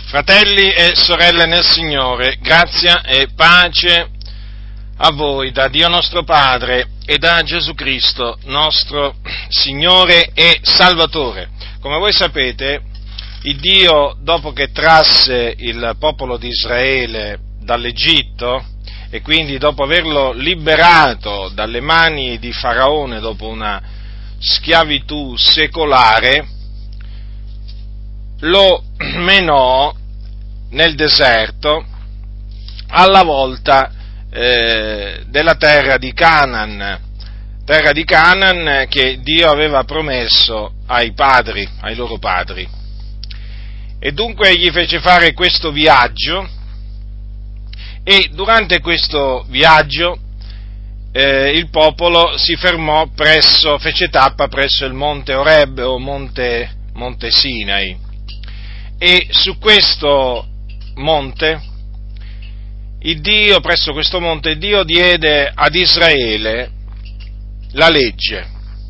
Fratelli e sorelle nel Signore, grazia e pace a voi da Dio nostro Padre e da Gesù Cristo, nostro Signore e Salvatore. Come voi sapete, il Dio, dopo che trasse il popolo di Israele dall'Egitto, e quindi dopo averlo liberato dalle mani di Faraone dopo una schiavitù secolare, lo menò nel deserto alla volta della terra di Canaan che Dio aveva promesso ai loro padri. E dunque gli fece fare questo viaggio, e durante questo viaggio il popolo si fermò fece tappa presso il monte Oreb o monte Sinai. E su questo monte, presso questo monte, Dio diede ad Israele la legge,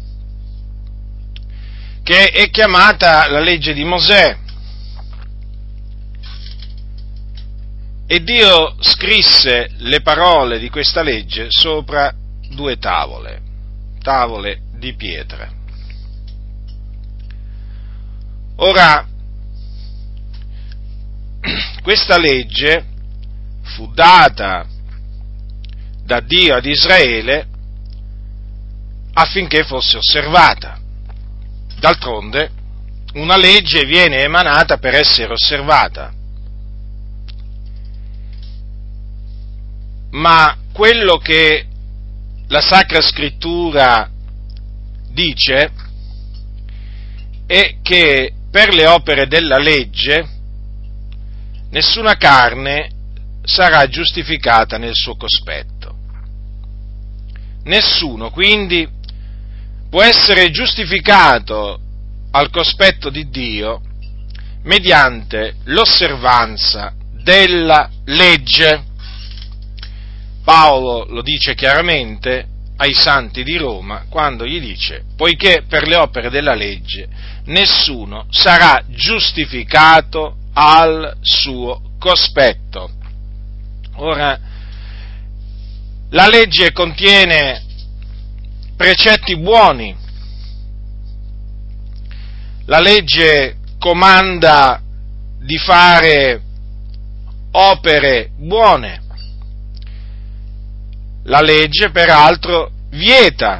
che è chiamata la legge di Mosè. E Dio scrisse le parole di questa legge sopra due tavole di pietra. Ora, questa legge fu data da Dio ad Israele affinché fosse osservata. D'altronde, una legge viene emanata per essere osservata. Ma quello che la Sacra Scrittura dice è che per le opere della legge nessuna carne sarà giustificata nel suo cospetto. Nessuno, quindi, può essere giustificato al cospetto di Dio mediante l'osservanza della legge. Paolo lo dice chiaramente ai santi di Roma quando gli dice: poiché per le opere della legge nessuno sarà giustificato al suo cospetto. Ora, la legge contiene precetti buoni, la legge comanda di fare opere buone, la legge peraltro vieta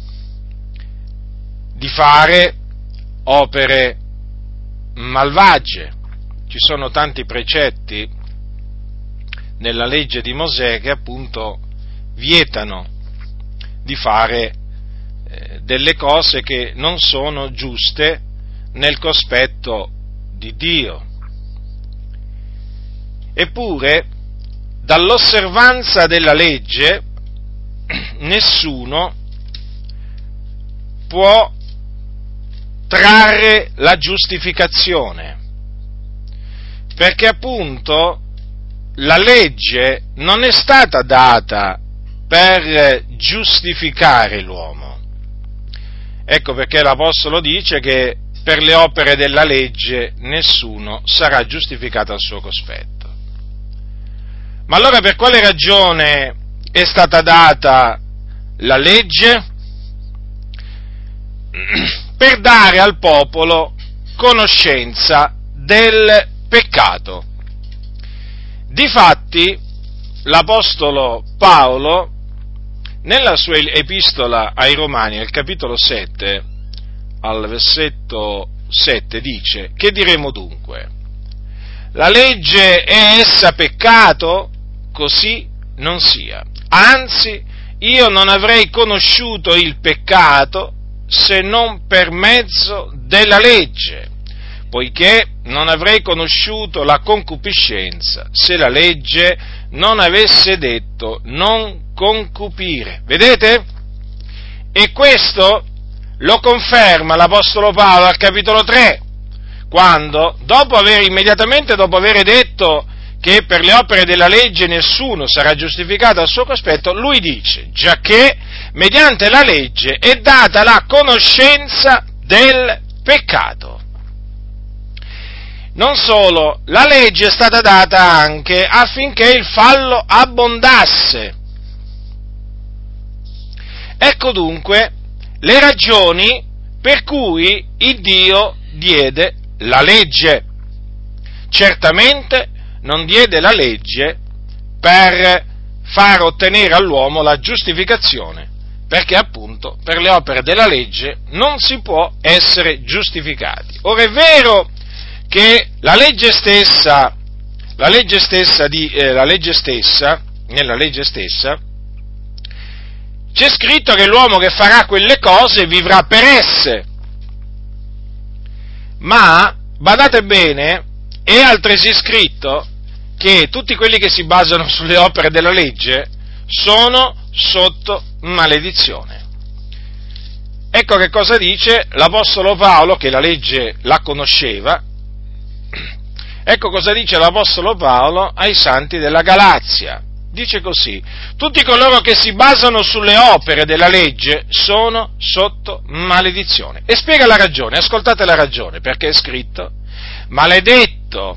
di fare opere malvagie. Ci sono tanti precetti nella legge di Mosè che appunto vietano di fare delle cose che non sono giuste nel cospetto di Dio. Eppure, dall'osservanza della legge nessuno può trarre la giustificazione, perché appunto la legge non è stata data per giustificare l'uomo. Ecco perché l'Apostolo dice che per le opere della legge nessuno sarà giustificato al suo cospetto. Ma allora per quale ragione è stata data la legge? Per dare al popolo conoscenza del peccato. Difatti, l'Apostolo Paolo, nella sua epistola ai Romani, al capitolo 7, al versetto 7, dice: che diremo dunque? La legge è essa peccato? Così non sia. Anzi, io non avrei conosciuto il peccato se non per mezzo della legge, poiché non avrei conosciuto la concupiscenza se la legge non avesse detto non concupire. Vedete? E questo lo conferma l'Apostolo Paolo al capitolo 3, quando, immediatamente dopo aver detto che per le opere della legge nessuno sarà giustificato al suo cospetto, lui dice: giacché mediante la legge è data la conoscenza del peccato. non solo, la legge è stata data anche affinché il fallo abbondasse. Ecco dunque le ragioni per cui il Dio diede la legge. Certamente non diede la legge per far ottenere all'uomo la giustificazione, perché appunto per le opere della legge non si può essere giustificati. Ora è vero che nella legge stessa c'è scritto che l'uomo che farà quelle cose vivrà per esse, ma badate bene, è altresì scritto che tutti quelli che si basano sulle opere della legge sono sotto maledizione. Ecco che cosa dice l'Apostolo Paolo, che la legge la conosceva. Ecco cosa dice l'Apostolo Paolo ai santi della Galazia. Dice così: tutti coloro che si basano sulle opere della legge sono sotto maledizione. E spiega la ragione, ascoltate la ragione, perché è scritto: maledetto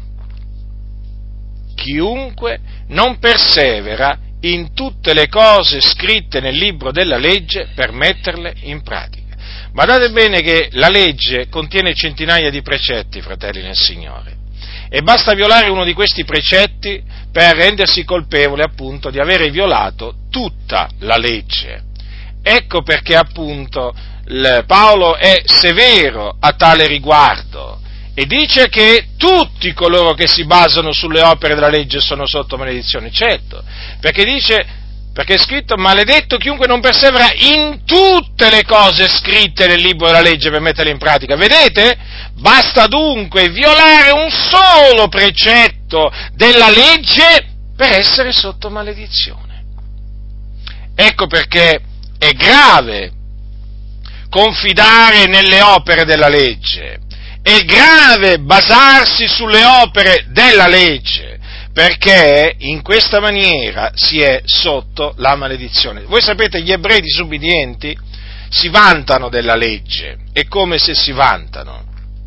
chiunque non persevera in tutte le cose scritte nel libro della legge per metterle in pratica. Badate bene che la legge contiene centinaia di precetti, fratelli nel Signore, e basta violare uno di questi precetti per rendersi colpevole appunto di avere violato tutta la legge. Ecco perché appunto Paolo è severo a tale riguardo e dice che tutti coloro che si basano sulle opere della legge sono sotto maledizione. Certo, perché è scritto: maledetto chiunque non persevera in tutte le cose scritte nel libro della legge per metterle in pratica. Vedete? Basta dunque violare un solo precetto della legge per essere sotto maledizione. Ecco perché è grave confidare nelle opere della legge, è grave basarsi sulle opere della legge, perché in questa maniera si è sotto la maledizione. Voi sapete, gli ebrei disubbidienti si vantano della legge, è come se si vantano,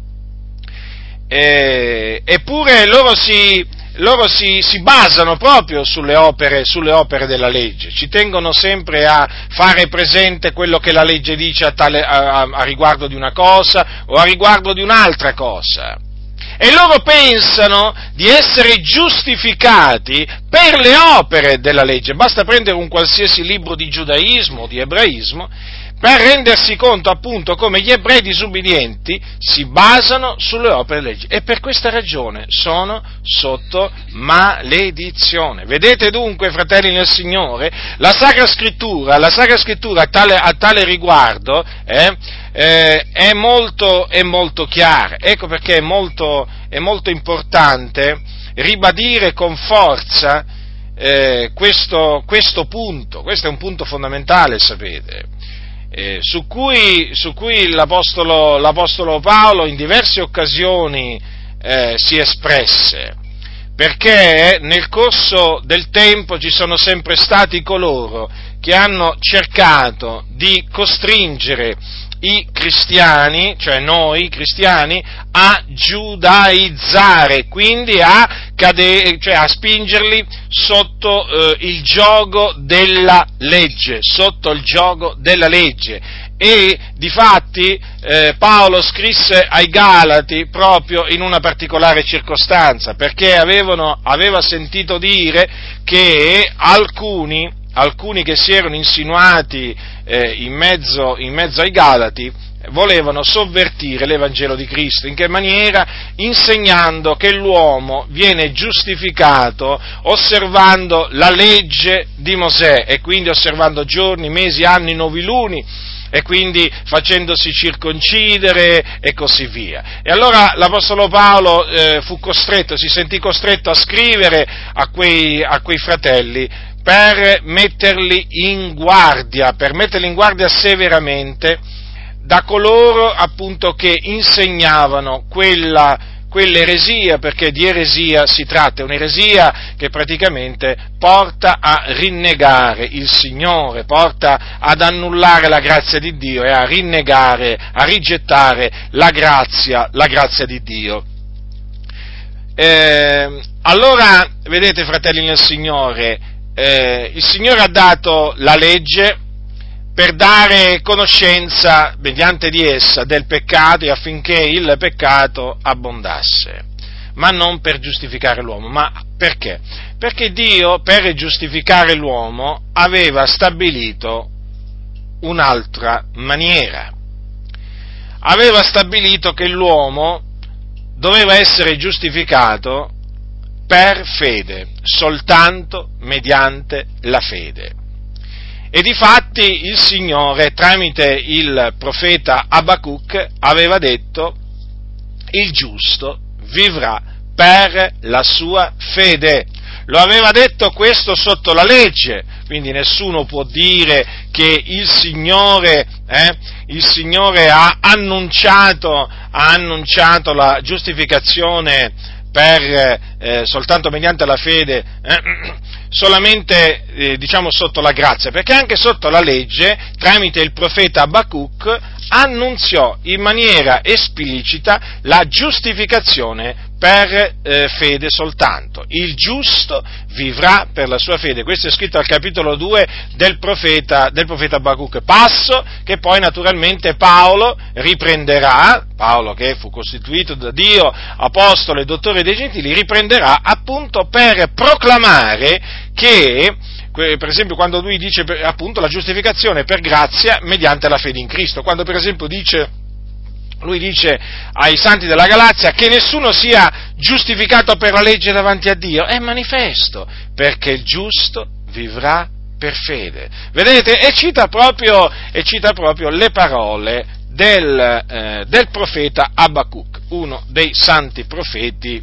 eppure loro si basano proprio sulle opere della legge, ci tengono sempre a fare presente quello che la legge dice a riguardo di una cosa o a riguardo di un'altra cosa. E loro pensano di essere giustificati per le opere della legge. Basta prendere un qualsiasi libro di giudaismo o di ebraismo per rendersi conto appunto come gli ebrei disubbidienti si basano sulle opere della legge, e per questa ragione sono sotto maledizione. Vedete dunque, fratelli nel Signore, la Sacra Scrittura a tale riguardo è molto chiara. Ecco perché è molto importante ribadire con forza questo punto. Questo è un punto fondamentale, sapete. Su cui l'Apostolo Paolo in diverse occasioni si espresse, perché nel corso del tempo ci sono sempre stati coloro che hanno cercato di costringere i cristiani, cioè noi cristiani, a giudaizzare, quindi a spingerli sotto il giogo della legge, E difatti Paolo scrisse ai Galati proprio in una particolare circostanza, perché aveva sentito dire che alcuni che si erano insinuati in mezzo ai Galati volevano sovvertire l'Evangelo di Cristo. In che maniera? Insegnando che l'uomo viene giustificato osservando la legge di Mosè, e quindi osservando giorni, mesi, anni, noviluni, e quindi facendosi circoncidere e così via. E allora l'Apostolo Paolo si sentì costretto a scrivere a quei fratelli per metterli in guardia severamente da coloro appunto che insegnavano quell'eresia, perché di eresia si tratta, è un'eresia che praticamente porta a rinnegare il Signore, porta ad annullare la grazia di Dio e a rigettare la grazia di Dio. allora, vedete, fratelli nel Signore, il Signore ha dato la legge per dare conoscenza, mediante di essa, del peccato e affinché il peccato abbondasse, ma non per giustificare l'uomo. Ma perché? Perché Dio, per giustificare l'uomo, aveva stabilito un'altra maniera. Aveva stabilito che l'uomo doveva essere giustificato per fede, soltanto mediante la fede. E difatti il Signore, tramite il profeta Abacuc, aveva detto: il giusto vivrà per la sua fede. Lo aveva detto questo sotto la legge, quindi nessuno può dire che il Signore ha annunciato la giustificazione soltanto mediante la fede, solamente sotto la grazia, perché anche sotto la legge, tramite il profeta Abacuc, annunziò in maniera esplicita la giustificazione per fede soltanto. Il giusto vivrà per la sua fede. Questo è scritto al capitolo 2 del profeta Abacuc, passo che poi naturalmente Paolo riprenderà, Paolo che fu costituito da Dio apostolo e dottore dei gentili, riprenderà appunto per proclamare che, per esempio, quando lui dice appunto la giustificazione per grazia mediante la fede in Cristo, quando per esempio lui dice ai santi della Galazia che nessuno sia giustificato per la legge davanti a Dio, è manifesto, perché il giusto vivrà per fede. Vedete? E cita proprio le parole del profeta Abacuc, uno dei santi profeti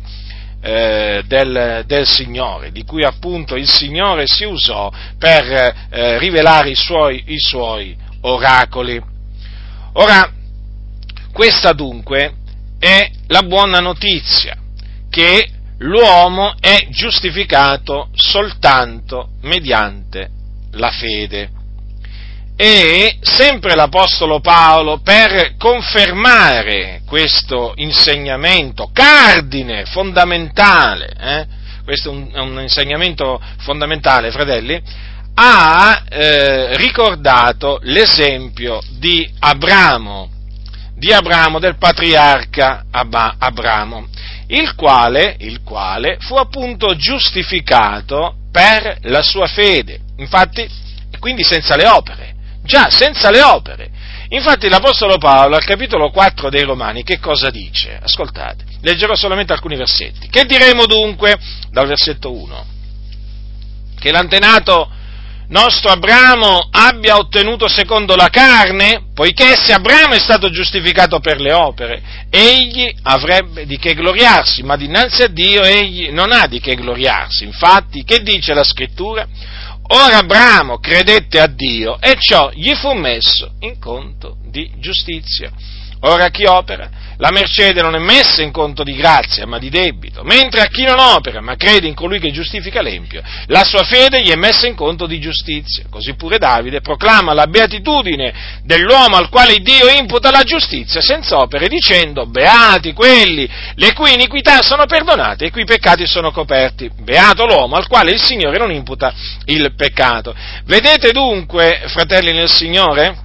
del Signore, di cui appunto il Signore si usò per rivelare i suoi oracoli. Ora, questa dunque è la buona notizia, che l'uomo è giustificato soltanto mediante la fede. E sempre l'Apostolo Paolo, per confermare questo insegnamento cardine, fondamentale, questo è un insegnamento fondamentale, fratelli, ha ricordato l'esempio di Abramo, del patriarca Abramo, il quale fu appunto giustificato per la sua fede, infatti, quindi senza le opere. Già, senza le opere. Infatti l'Apostolo Paolo, al capitolo 4 dei Romani, che cosa dice? Ascoltate, leggerò solamente alcuni versetti. Che diremo dunque? Dal versetto 1. Che l'antenato nostro Abramo abbia ottenuto secondo la carne, poiché se Abramo è stato giustificato per le opere, egli avrebbe di che gloriarsi, ma dinanzi a Dio egli non ha di che gloriarsi. Infatti, che dice la Scrittura? Ora Abramo credette a Dio e ciò gli fu messo in conto di giustizia. Ora chi opera, la mercede non è messa in conto di grazia, ma di debito, mentre a chi non opera, ma crede in colui che giustifica l'empio, la sua fede gli è messa in conto di giustizia. Così pure Davide proclama la beatitudine dell'uomo al quale Dio imputa la giustizia senza opere, dicendo: beati quelli le cui iniquità sono perdonate e i cui peccati sono coperti. Beato l'uomo al quale il Signore non imputa il peccato. Vedete dunque, fratelli nel Signore,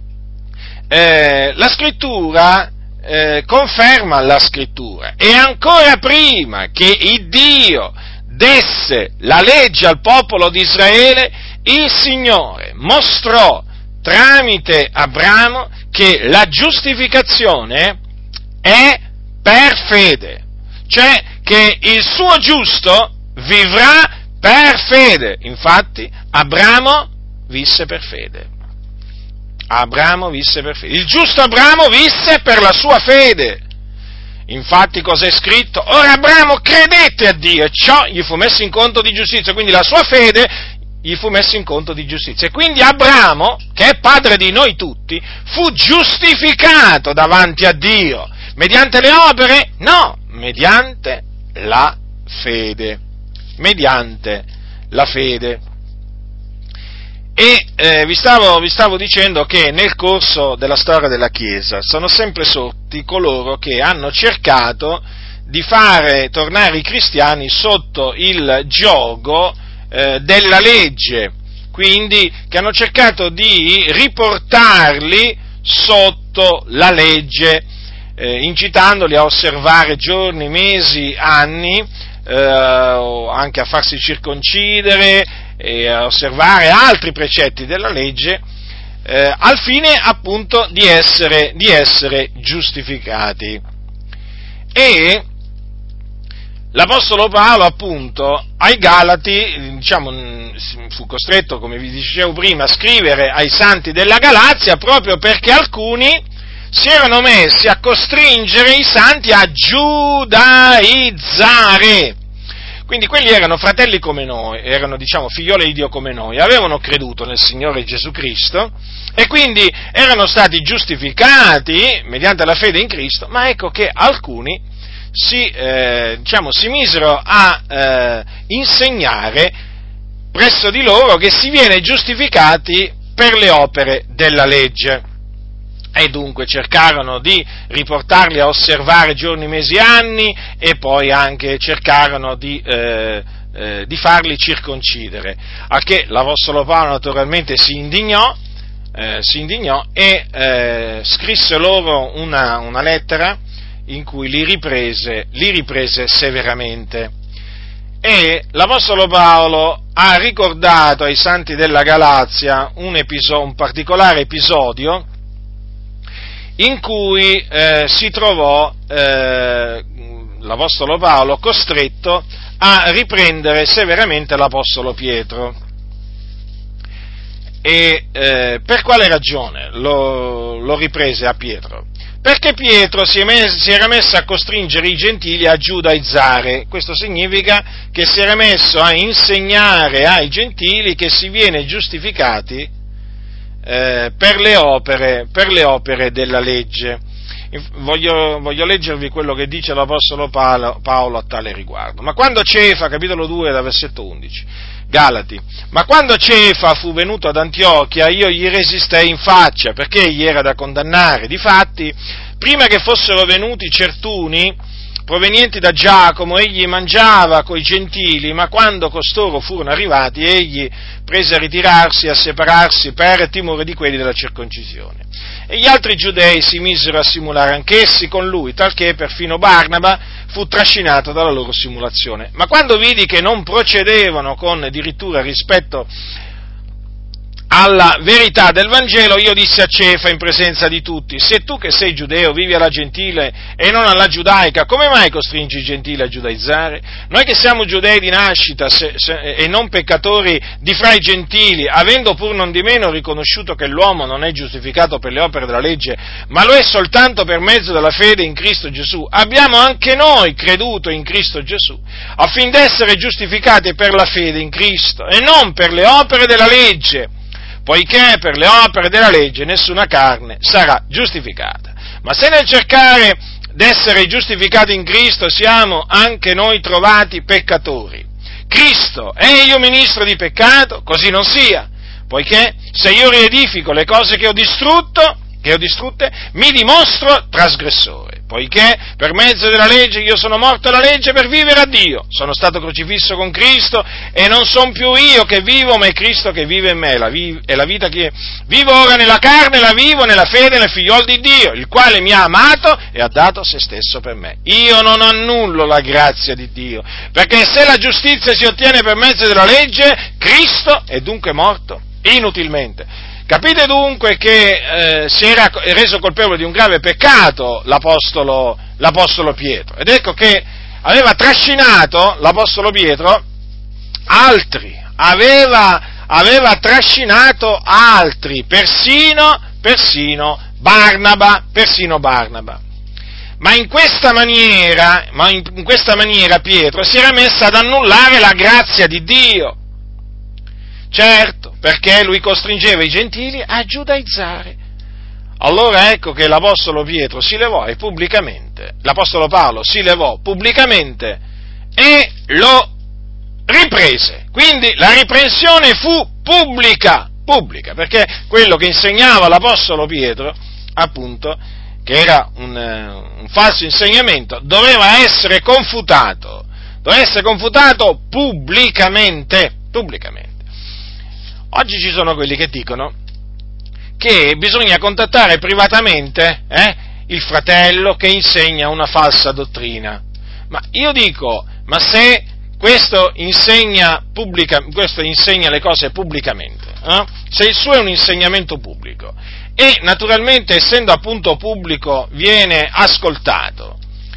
la Scrittura conferma la Scrittura, e ancora prima che il Dio desse la legge al popolo di Israele, il Signore mostrò tramite Abramo che la giustificazione è per fede, cioè che il suo giusto vivrà per fede. Infatti Abramo visse per fede. Il giusto Abramo visse per la sua fede. Infatti cos'è scritto? Ora Abramo credette a Dio e ciò gli fu messo in conto di giustizia, quindi la sua fede gli fu messa in conto di giustizia. E quindi Abramo, che è padre di noi tutti, fu giustificato davanti a Dio. Mediante le opere? No, mediante la fede. Mediante la fede. E vi stavo dicendo che nel corso della storia della Chiesa sono sempre sorti coloro che hanno cercato di fare tornare i cristiani sotto il giogo della legge, quindi che hanno cercato di riportarli sotto la legge, incitandoli a osservare giorni, mesi, anni, anche a farsi circoncidere e a osservare altri precetti della legge, al fine appunto di essere giustificati. E l'Apostolo Paolo, appunto, ai Galati, fu costretto, come vi dicevo prima, a scrivere ai santi della Galazia proprio perché alcuni si erano messi a costringere i santi a giudaizzare. Quindi quelli erano fratelli come noi, erano figlioli di Dio come noi, avevano creduto nel Signore Gesù Cristo e quindi erano stati giustificati mediante la fede in Cristo, ma ecco che alcuni si misero a insegnare presso di loro che si viene giustificati per le opere della legge. E dunque cercarono di riportarli a osservare giorni, mesi, anni e poi anche cercarono di farli circoncidere, a che l'Apostolo Paolo naturalmente si indignò e scrisse loro una lettera in cui li riprese severamente. E l'Apostolo Paolo ha ricordato ai santi della Galazia un particolare episodio in cui si trovò l'Apostolo Paolo costretto a riprendere severamente l'Apostolo Pietro. E per quale ragione lo riprese a Pietro? Perché Pietro si era messo a costringere i gentili a giudaizzare. Questo significa che si era messo a insegnare ai gentili che si viene giustificati per le opere della legge. Voglio leggervi quello che dice l'Apostolo Paolo a tale riguardo. Ma quando Cefa, capitolo 2, da versetto 11, Galati, ma quando Cefa fu venuto ad Antiochia, io gli resistei in faccia, perché egli era da condannare. Difatti, prima che fossero venuti certuni provenienti da Giacomo, egli mangiava coi gentili, ma quando costoro furono arrivati, egli prese a ritirarsi e a separarsi per timore di quelli della circoncisione. E gli altri giudei si misero a simulare anch'essi con lui, talché perfino Barnaba fu trascinato dalla loro simulazione. Ma quando vidi che non procedevano con dirittura rispetto alla verità del Vangelo, io dissi a Cefa in presenza di tutti: se tu che sei giudeo vivi alla gentile e non alla giudaica, come mai costringi i gentili a giudaizzare? Noi che siamo giudei di nascita e non peccatori di fra i gentili, avendo pur non di meno riconosciuto che l'uomo non è giustificato per le opere della legge, ma lo è soltanto per mezzo della fede in Cristo Gesù, abbiamo anche noi creduto in Cristo Gesù, affin d'essere giustificati per la fede in Cristo e non per le opere della legge, poiché per le opere della legge nessuna carne sarà giustificata. Ma se nel cercare d'essere giustificati in Cristo siamo anche noi trovati peccatori, Cristo è io ministro di peccato? Così non sia, poiché se io riedifico le cose che ho distrutte, mi dimostro trasgressore, poiché per mezzo della legge io sono morto alla legge per vivere a Dio, sono stato crocifisso con Cristo e non son più io che vivo, ma è Cristo che vive in me, e la vita che vivo ora nella carne la vivo nella fede nel Figliol di Dio, il quale mi ha amato e ha dato se stesso per me. Io non annullo la grazia di Dio, perché se la giustizia si ottiene per mezzo della legge, Cristo è dunque morto inutilmente. Capite dunque che si era reso colpevole di un grave peccato l'Apostolo Pietro, ed ecco che aveva trascinato l'Apostolo Pietro altri, aveva trascinato altri, persino Barnaba. Ma in questa maniera Pietro si era messo ad annullare la grazia di Dio. Certo, perché lui costringeva i gentili a giudaizzare. Allora ecco che l'Apostolo Pietro si levò e pubblicamente, l'Apostolo Paolo si levò pubblicamente e lo riprese. Quindi la riprensione fu pubblica, perché quello che insegnava l'Apostolo Pietro, appunto, che era un falso insegnamento, doveva essere confutato pubblicamente. Oggi ci sono quelli che dicono che bisogna contattare privatamente il fratello che insegna una falsa dottrina. Ma io dico, ma se questo insegna le cose pubblicamente, se il suo è un insegnamento pubblico e naturalmente essendo appunto pubblico viene ascoltato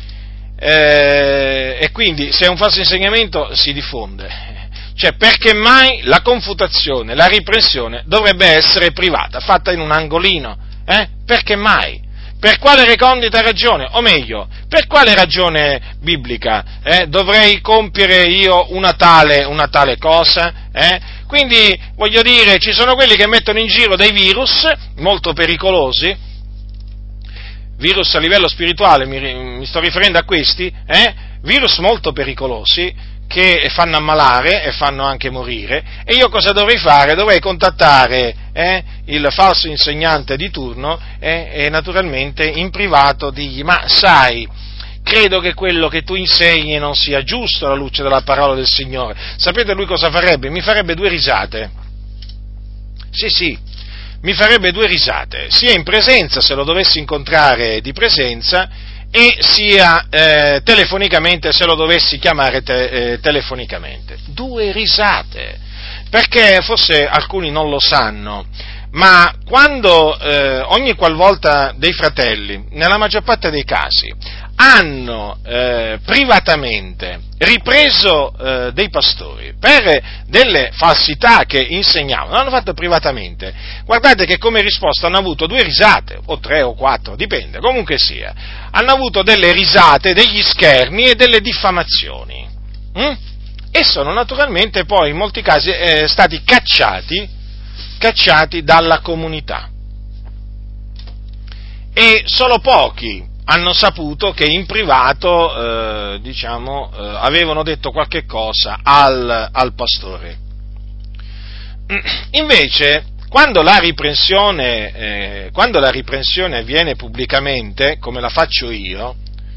e quindi se è un falso insegnamento si diffonde, cioè perché mai la confutazione, la riprensione dovrebbe essere privata, fatta in un angolino, perché mai? Per quale recondita ragione? O meglio, per quale ragione biblica dovrei compiere io una tale cosa? Quindi, voglio dire, ci sono quelli che mettono in giro dei virus molto pericolosi, virus a livello spirituale, mi sto riferendo a questi, virus molto pericolosi, che fanno ammalare e fanno anche morire, e io cosa dovrei fare? Dovrei contattare il falso insegnante di turno e naturalmente in privato dirgli: ma sai, credo che quello che tu insegni non sia giusto alla luce della parola del Signore. Sapete lui cosa farebbe? Mi farebbe 2 risate. Sì, mi farebbe 2 risate, sia in presenza, se lo dovessi incontrare di presenza, e sia telefonicamente, se lo dovessi chiamare telefonicamente. 2 risate, perché forse alcuni non lo sanno, ma quando ogni qualvolta dei fratelli, nella maggior parte dei casi, hanno privatamente ripreso dei pastori per delle falsità che insegnavano, l'hanno fatto privatamente, guardate che come risposta hanno avuto 2 risate, o 3 o 4, dipende, comunque sia, hanno avuto delle risate, degli scherni e delle diffamazioni, e sono naturalmente poi in molti casi stati cacciati dalla comunità, e solo pochi hanno saputo che in privato, avevano detto qualche cosa al pastore. Invece, quando la riprensione avviene pubblicamente, come la faccio io,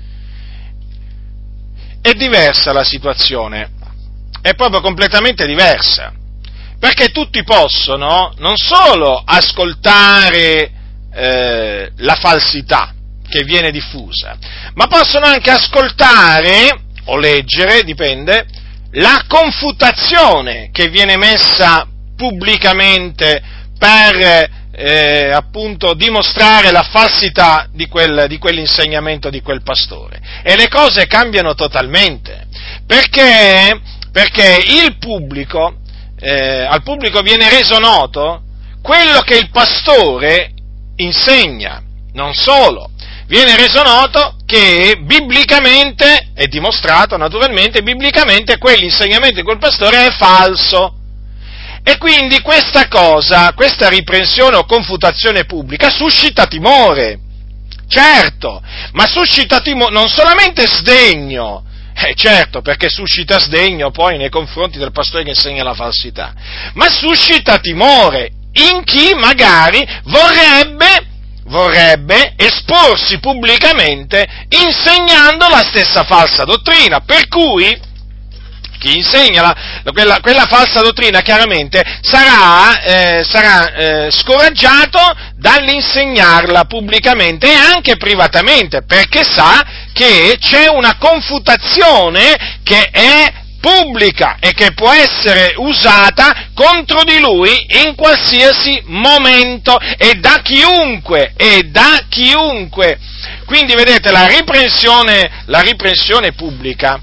è diversa la situazione, è proprio completamente diversa, perché tutti possono non solo ascoltare la falsità che viene diffusa, ma possono anche ascoltare o leggere, dipende, la confutazione che viene messa pubblicamente per appunto dimostrare la falsità di quell'insegnamento di quel pastore, e le cose cambiano totalmente, perché il pubblico, al pubblico viene reso noto quello che il pastore insegna, non solo, viene reso noto che biblicamente, è dimostrato naturalmente, biblicamente quell'insegnamento di quel pastore è falso. E quindi questa riprensione o confutazione pubblica suscita timore, certo, ma suscita timore, non solamente sdegno, certo, perché suscita sdegno poi nei confronti del pastore che insegna la falsità, ma suscita timore in chi magari vorrebbe esporsi pubblicamente insegnando la stessa falsa dottrina, per cui chi insegna quella falsa dottrina chiaramente sarà scoraggiato dall'insegnarla pubblicamente e anche privatamente, perché sa che c'è una confutazione che è pubblica e che può essere usata contro di lui in qualsiasi momento e da chiunque. Quindi vedete, la riprensione pubblica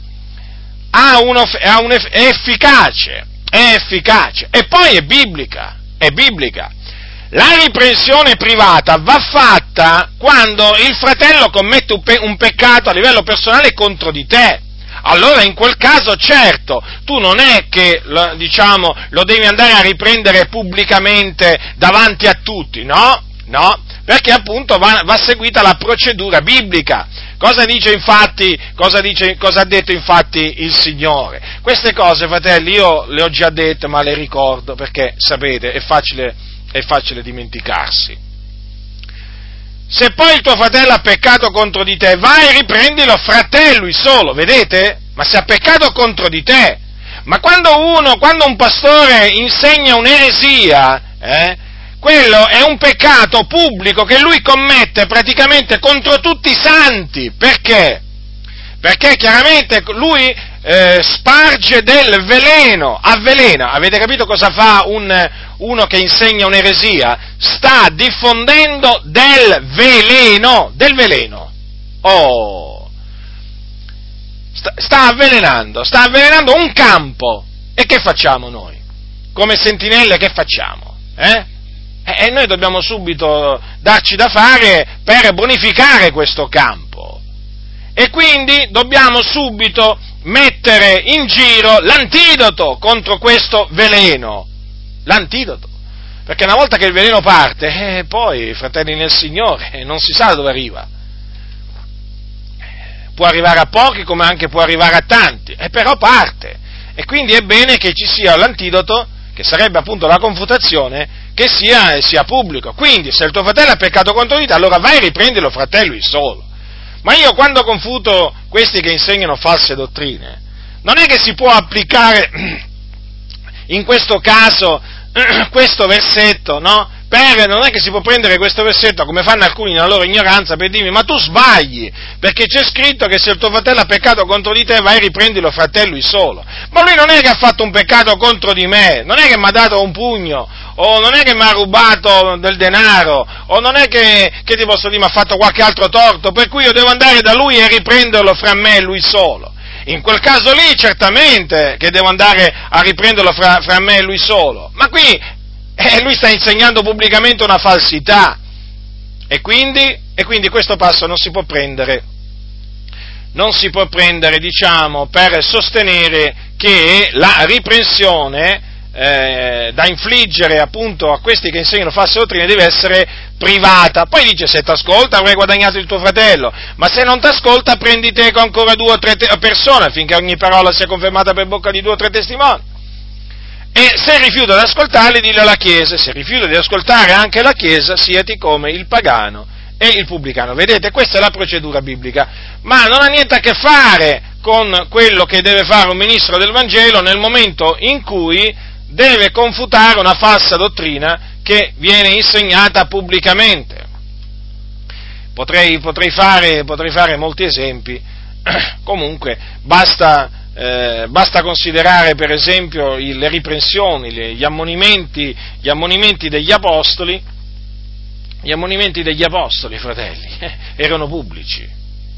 è efficace, e poi è biblica. La riprensione privata va fatta quando il fratello commette un peccato a livello personale contro di te. Allora in quel caso, certo, tu non è che lo devi andare a riprendere pubblicamente davanti a tutti, no, perché appunto va seguita la procedura biblica. Cosa ha detto infatti il Signore? Queste cose, fratelli, io le ho già dette, ma le ricordo, perché sapete, è facile dimenticarsi. Se poi il tuo fratello ha peccato contro di te, vai e riprendilo fra te e lui solo, vedete? Ma se ha peccato contro di te, ma quando un pastore insegna un'eresia, quello è un peccato pubblico che lui commette praticamente contro tutti i santi, perché? Perché chiaramente lui sparge del veleno, avvelena. Avete capito cosa fa uno che insegna un'eresia? Sta diffondendo del veleno. Oh! Sta avvelenando un campo. E che facciamo noi? Come sentinelle che facciamo? E noi dobbiamo subito darci da fare per bonificare questo campo. E quindi dobbiamo subito mettere in giro l'antidoto contro questo veleno. L'antidoto. Perché una volta che il veleno parte, poi, fratelli nel Signore, non si sa dove arriva. Può arrivare a pochi come anche può arrivare a tanti, però parte. E quindi è bene che ci sia l'antidoto, che sarebbe appunto la confutazione, che sia pubblico. Quindi, se il tuo fratello ha peccato contro di te, allora vai e riprendilo fra te e lui solo. Ma io quando confuto questi che insegnano false dottrine, non è che si può applicare in questo caso questo versetto, no? Non è che si può prendere questo versetto, come fanno alcuni nella loro ignoranza, per dirmi, ma tu sbagli, perché c'è scritto che se il tuo fratello ha peccato contro di te, vai e riprendilo fra te e lui solo. Ma lui non è che ha fatto un peccato contro di me, non è che mi ha dato un pugno, o non è che mi ha rubato del denaro, o non è che ti posso dire, mi ha fatto qualche altro torto, per cui io devo andare da lui e riprenderlo fra me e lui solo. In quel caso lì, certamente, che devo andare a riprenderlo fra me e lui solo. Ma qui, lui sta insegnando pubblicamente una falsità. E quindi questo passo non si può prendere, diciamo, per sostenere che la riprensione da infliggere appunto a questi che insegnano false dottrine deve essere privata. Poi dice, se ti ascolta avrai guadagnato il tuo fratello, ma se non ti ascolta prendi te con ancora 2 o 3 persone, affinché ogni parola sia confermata per bocca di 2 o 3 testimoni. E se rifiuta di ascoltarli, dillo alla Chiesa. Se rifiuta di ascoltare anche la Chiesa, sieti come il pagano e il pubblicano. Vedete, questa è la procedura biblica, ma non ha niente a che fare con quello che deve fare un ministro del Vangelo nel momento in cui deve confutare una falsa dottrina che viene insegnata pubblicamente. Potrei fare molti esempi, comunque basta considerare per esempio le riprensioni, gli ammonimenti degli apostoli. Gli ammonimenti degli apostoli, fratelli, erano pubblici.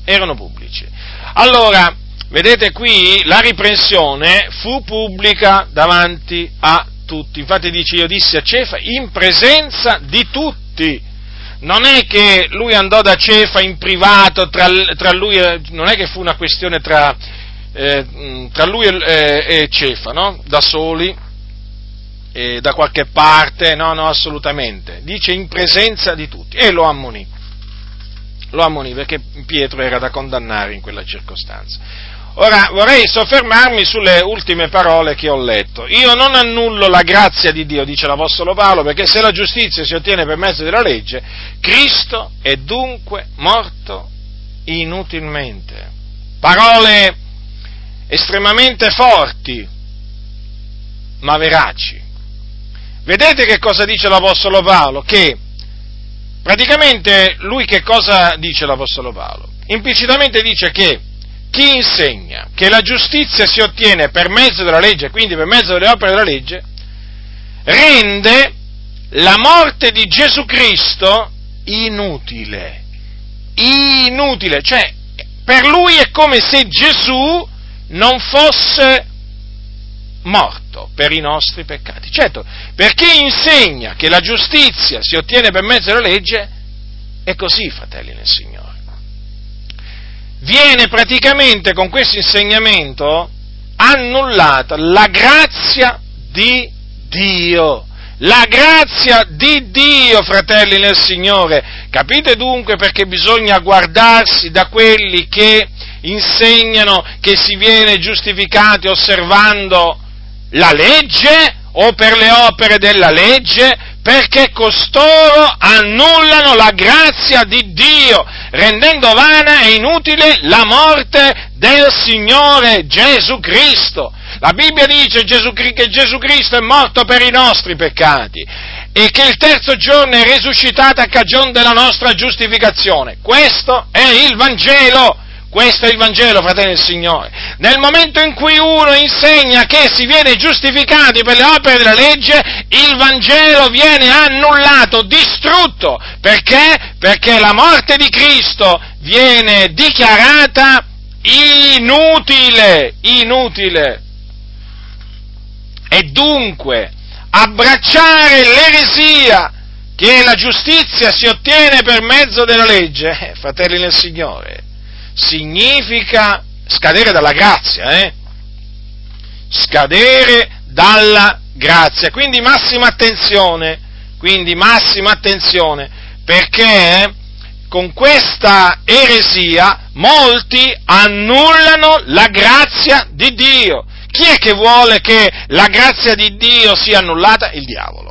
Allora, vedete qui, la riprensione fu pubblica davanti a tutti. Infatti dice, io dissi a Cefa in presenza di tutti. Non è che lui andò da Cefa in privato, tra lui, non è che fu una questione tra lui e Cefa, no? Da soli, da qualche parte, no, assolutamente. Dice in presenza di tutti, e lo ammonì perché Pietro era da condannare in quella circostanza. Ora vorrei soffermarmi sulle ultime parole che ho letto. Io non annullo la grazia di Dio, dice l'Apostolo Paolo, perché se la giustizia si ottiene per mezzo della legge, Cristo è dunque morto inutilmente. Parole estremamente forti, ma veraci. Vedete che cosa dice l'Apostolo Paolo? Che praticamente lui che cosa dice l'Apostolo Paolo? Implicitamente dice che chi insegna che la giustizia si ottiene per mezzo della legge, quindi per mezzo delle opere della legge, rende la morte di Gesù Cristo inutile, cioè per lui è come se Gesù non fosse morto per i nostri peccati. Certo, per chi insegna che la giustizia si ottiene per mezzo della legge, è così, fratelli nel Signore. Viene praticamente con questo insegnamento annullata la grazia di Dio. La grazia di Dio, fratelli nel Signore. Capite dunque perché bisogna guardarsi da quelli che insegnano che si viene giustificati osservando la legge o per le opere della legge, perché costoro annullano la grazia di Dio, rendendo vana e inutile la morte del Signore Gesù Cristo. La Bibbia dice che Gesù Cristo è morto per i nostri peccati e che il terzo giorno è risuscitato a cagione della nostra giustificazione. Questo è il Vangelo. Questo è il Vangelo, fratelli del Signore. Nel momento in cui uno insegna che si viene giustificati per le opere della legge, il Vangelo viene annullato, distrutto. Perché? Perché la morte di Cristo viene dichiarata inutile. E dunque, abbracciare l'eresia che la giustizia si ottiene per mezzo della legge, fratelli del Signore, significa scadere dalla grazia, scadere dalla grazia. Quindi massima attenzione, perché con questa eresia molti annullano la grazia di Dio. Chi è che vuole che la grazia di Dio sia annullata? Il diavolo.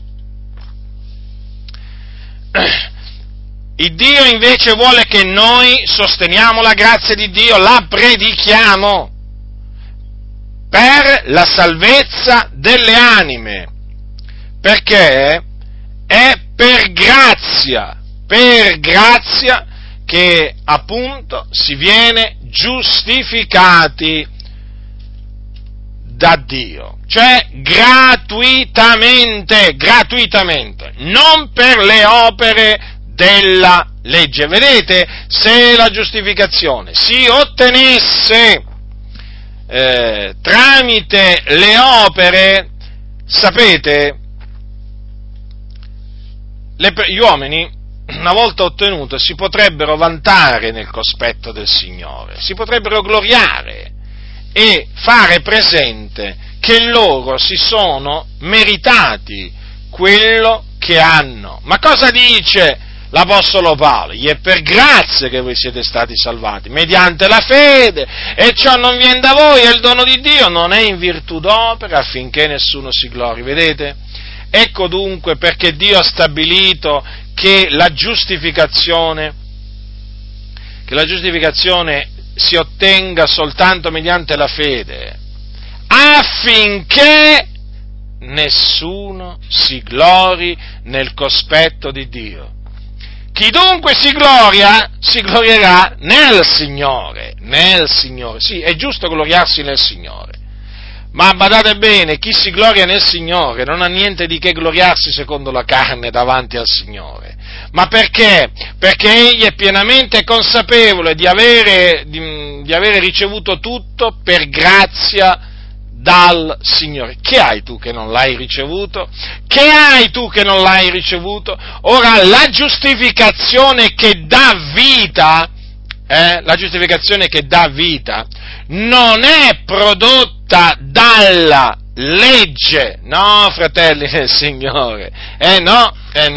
Il Dio invece vuole che noi sosteniamo la grazia di Dio, la predichiamo per la salvezza delle anime, perché è per grazia che appunto si viene giustificati da Dio, cioè gratuitamente, non per le opere della legge. Vedete, se la giustificazione si ottenesse tramite le opere, sapete, gli uomini, una volta ottenuto, si potrebbero vantare nel cospetto del Signore, si potrebbero gloriare e fare presente che loro si sono meritati quello che hanno. Ma cosa dice l'Apostolo Paolo? Gli è per grazia che voi siete stati salvati, mediante la fede, e ciò non viene da voi, è il dono di Dio, non è in virtù d'opera, affinché nessuno si glori. Vedete? Ecco dunque perché Dio ha stabilito che la giustificazione si ottenga soltanto mediante la fede, affinché nessuno si glori nel cospetto di Dio. Chi dunque si glorierà nel Signore. Sì, è giusto gloriarsi nel Signore. Ma badate bene, chi si gloria nel Signore non ha niente di che gloriarsi secondo la carne davanti al Signore. Ma perché? Perché egli è pienamente consapevole di avere ricevuto tutto per grazia dal Signore. Che hai tu che non l'hai ricevuto? Che hai tu che non l'hai ricevuto? Ora, la giustificazione che dà vita, non è prodotta dalla legge, no, fratelli del Signore, no.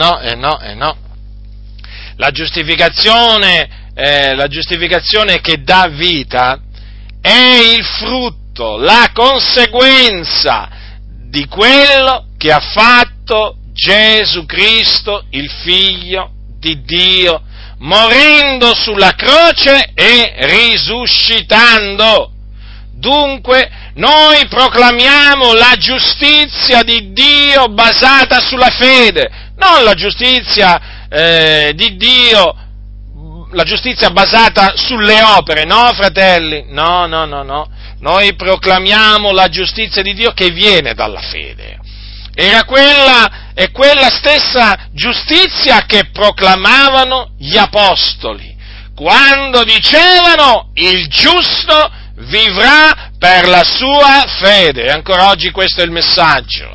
La giustificazione che dà vita è il frutto, la conseguenza di quello che ha fatto Gesù Cristo, il Figlio di Dio, morendo sulla croce e risuscitando. Dunque, noi proclamiamo la giustizia di Dio basata sulla fede, non la giustizia di Dio, la giustizia basata sulle opere, no, fratelli? No. Noi proclamiamo la giustizia di Dio che viene dalla fede. È quella stessa giustizia che proclamavano gli apostoli, quando dicevano: il giusto vivrà per la sua fede. E ancora oggi questo è il messaggio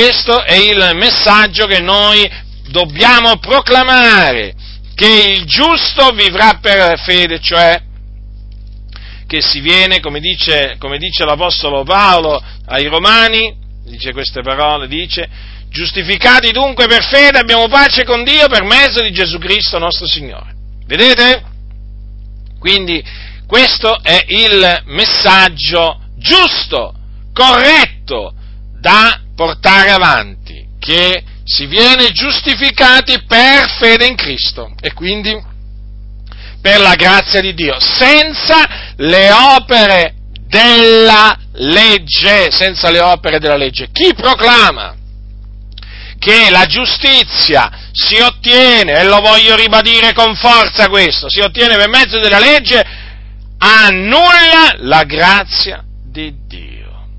che noi dobbiamo proclamare, che il giusto vivrà per fede, cioè che si viene, come dice l'Apostolo Paolo ai Romani, dice queste parole, dice: giustificati dunque per fede abbiamo pace con Dio per mezzo di Gesù Cristo nostro Signore. Vedete? Quindi questo è il messaggio giusto, corretto da portare avanti, che Si viene giustificati per fede in Cristo e quindi per la grazia di Dio, senza le opere della legge, senza le opere della legge. Chi proclama che la giustizia si ottiene, e lo voglio ribadire con forza questo, si ottiene per mezzo della legge, annulla la grazia di Dio.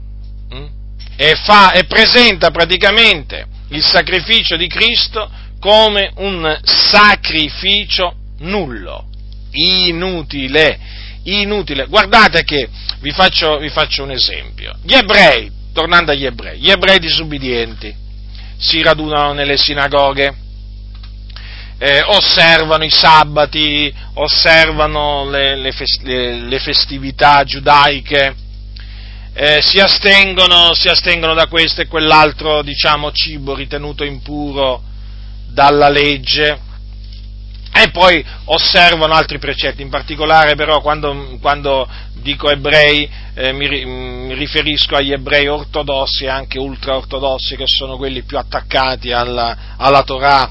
E presenta praticamente il sacrificio di Cristo come un sacrificio nullo, inutile. Guardate che vi faccio un esempio. Gli ebrei, tornando agli ebrei, gli ebrei disubbidienti si radunano nelle sinagoghe, osservano i sabati, osservano le festività giudaiche, si astengono da questo e quell'altro, cibo ritenuto impuro dalla legge, e poi osservano altri precetti. In particolare però quando dico ebrei mi riferisco agli ebrei ortodossi e anche ultraortodossi, che sono quelli più attaccati alla Torah,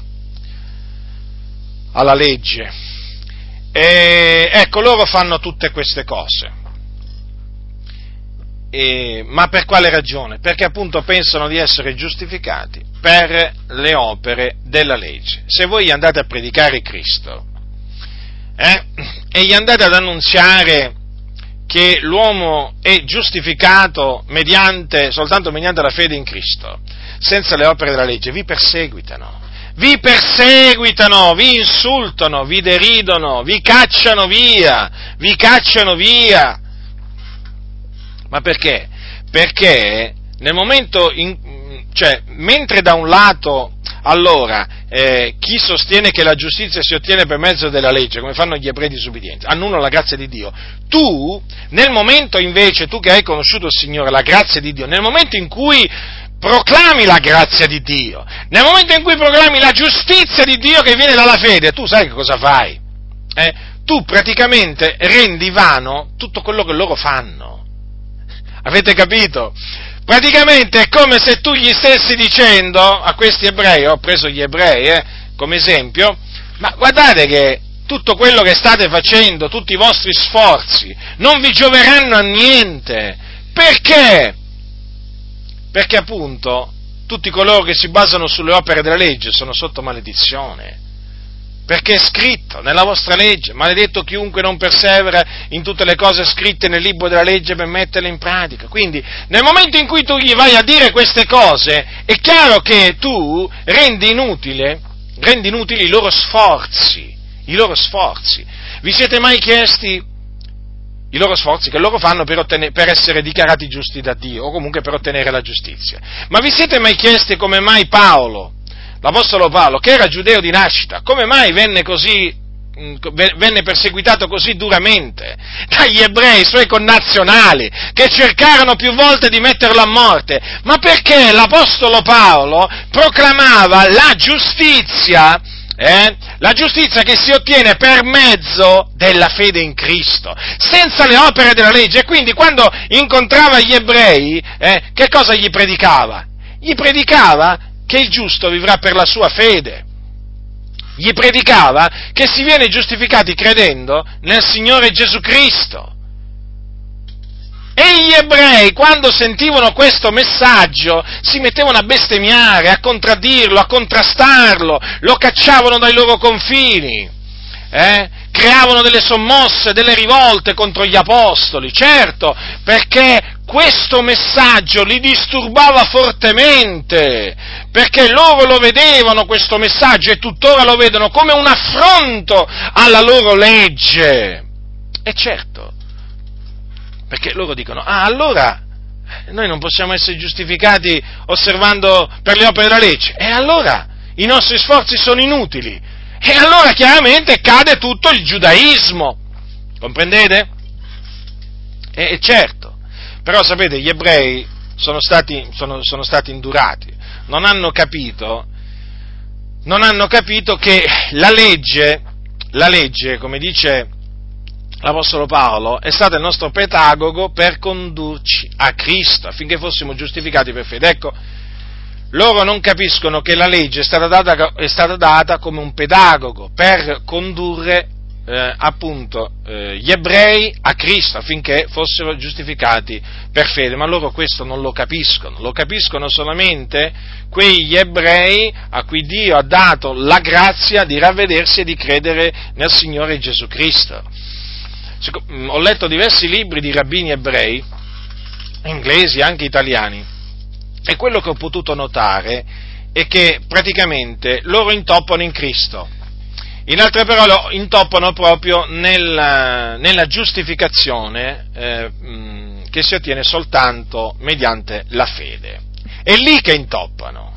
alla legge. E ecco, loro fanno tutte queste cose. Ma per quale ragione? Perché appunto pensano di essere giustificati per le opere della legge. Se voi andate a predicare Cristo e gli andate ad annunziare che l'uomo è giustificato soltanto mediante la fede in Cristo, senza le opere della legge, vi perseguitano, vi insultano, vi deridono, vi cacciano via. Ma perché? Perché nel momento mentre da un lato, allora, chi sostiene che la giustizia si ottiene per mezzo della legge, come fanno gli ebrei disubbidienti, annullano la grazia di Dio, tu, nel momento invece, tu che hai conosciuto il Signore, la grazia di Dio, nel momento in cui proclami la grazia di Dio, nel momento in cui proclami la giustizia di Dio che viene dalla fede, tu sai che cosa fai? Tu praticamente rendi vano tutto quello che loro fanno. Avete capito? Praticamente è come se tu gli stessi dicendo a questi ebrei, ho preso gli ebrei come esempio, ma guardate che tutto quello che state facendo, tutti i vostri sforzi, non vi gioveranno a niente. Perché? Perché appunto tutti coloro che si basano sulle opere della legge sono sotto maledizione. Perché è scritto nella vostra legge, maledetto chiunque non persevera in tutte le cose scritte nel libro della legge per metterle in pratica. Quindi, nel momento in cui tu gli vai a dire queste cose, è chiaro che tu rendi inutili i loro sforzi. Vi siete mai chiesti i loro sforzi che loro fanno per essere dichiarati giusti da Dio, o comunque per ottenere la giustizia? Ma vi siete mai chiesti come mai l'Apostolo Paolo, che era giudeo di nascita, come mai venne perseguitato così duramente dagli ebrei, suoi connazionali, che cercarono più volte di metterlo a morte? Ma perché l'Apostolo Paolo proclamava la giustizia che si ottiene per mezzo della fede in Cristo, senza le opere della legge. E quindi quando incontrava gli ebrei, che cosa gli predicava? Gli predicava che il giusto vivrà per la sua fede. Gli predicava che si viene giustificati credendo nel Signore Gesù Cristo. E gli ebrei, quando sentivano questo messaggio, si mettevano a bestemmiare, a contraddirlo, a contrastarlo, lo cacciavano dai loro confini, creavano delle sommosse, delle rivolte contro gli apostoli, certo, perché questo messaggio li disturbava fortemente, perché loro lo vedevano questo messaggio e tuttora lo vedono come un affronto alla loro legge. E certo, perché loro dicono, allora noi non possiamo essere giustificati osservando per le opere della legge, e allora i nostri sforzi sono inutili, e allora chiaramente cade tutto il giudaismo, comprendete? E certo, però sapete, gli ebrei sono stati indurati, non hanno capito che la legge, come dice l'Apostolo Paolo, è stato il nostro pedagogo per condurci a Cristo, affinché fossimo giustificati per fede. Ecco, Loro non capiscono che la legge è stata data come un pedagogo per condurre gli ebrei a Cristo affinché fossero giustificati per fede, ma loro questo non lo capiscono solamente quegli ebrei a cui Dio ha dato la grazia di ravvedersi e di credere nel Signore Gesù Cristo. Ho letto diversi libri di rabbini ebrei, inglesi, anche italiani, e quello che ho potuto notare è che praticamente loro intoppano in Cristo. In altre parole, intoppano proprio nella giustificazione che si ottiene soltanto mediante la fede. È lì che intoppano.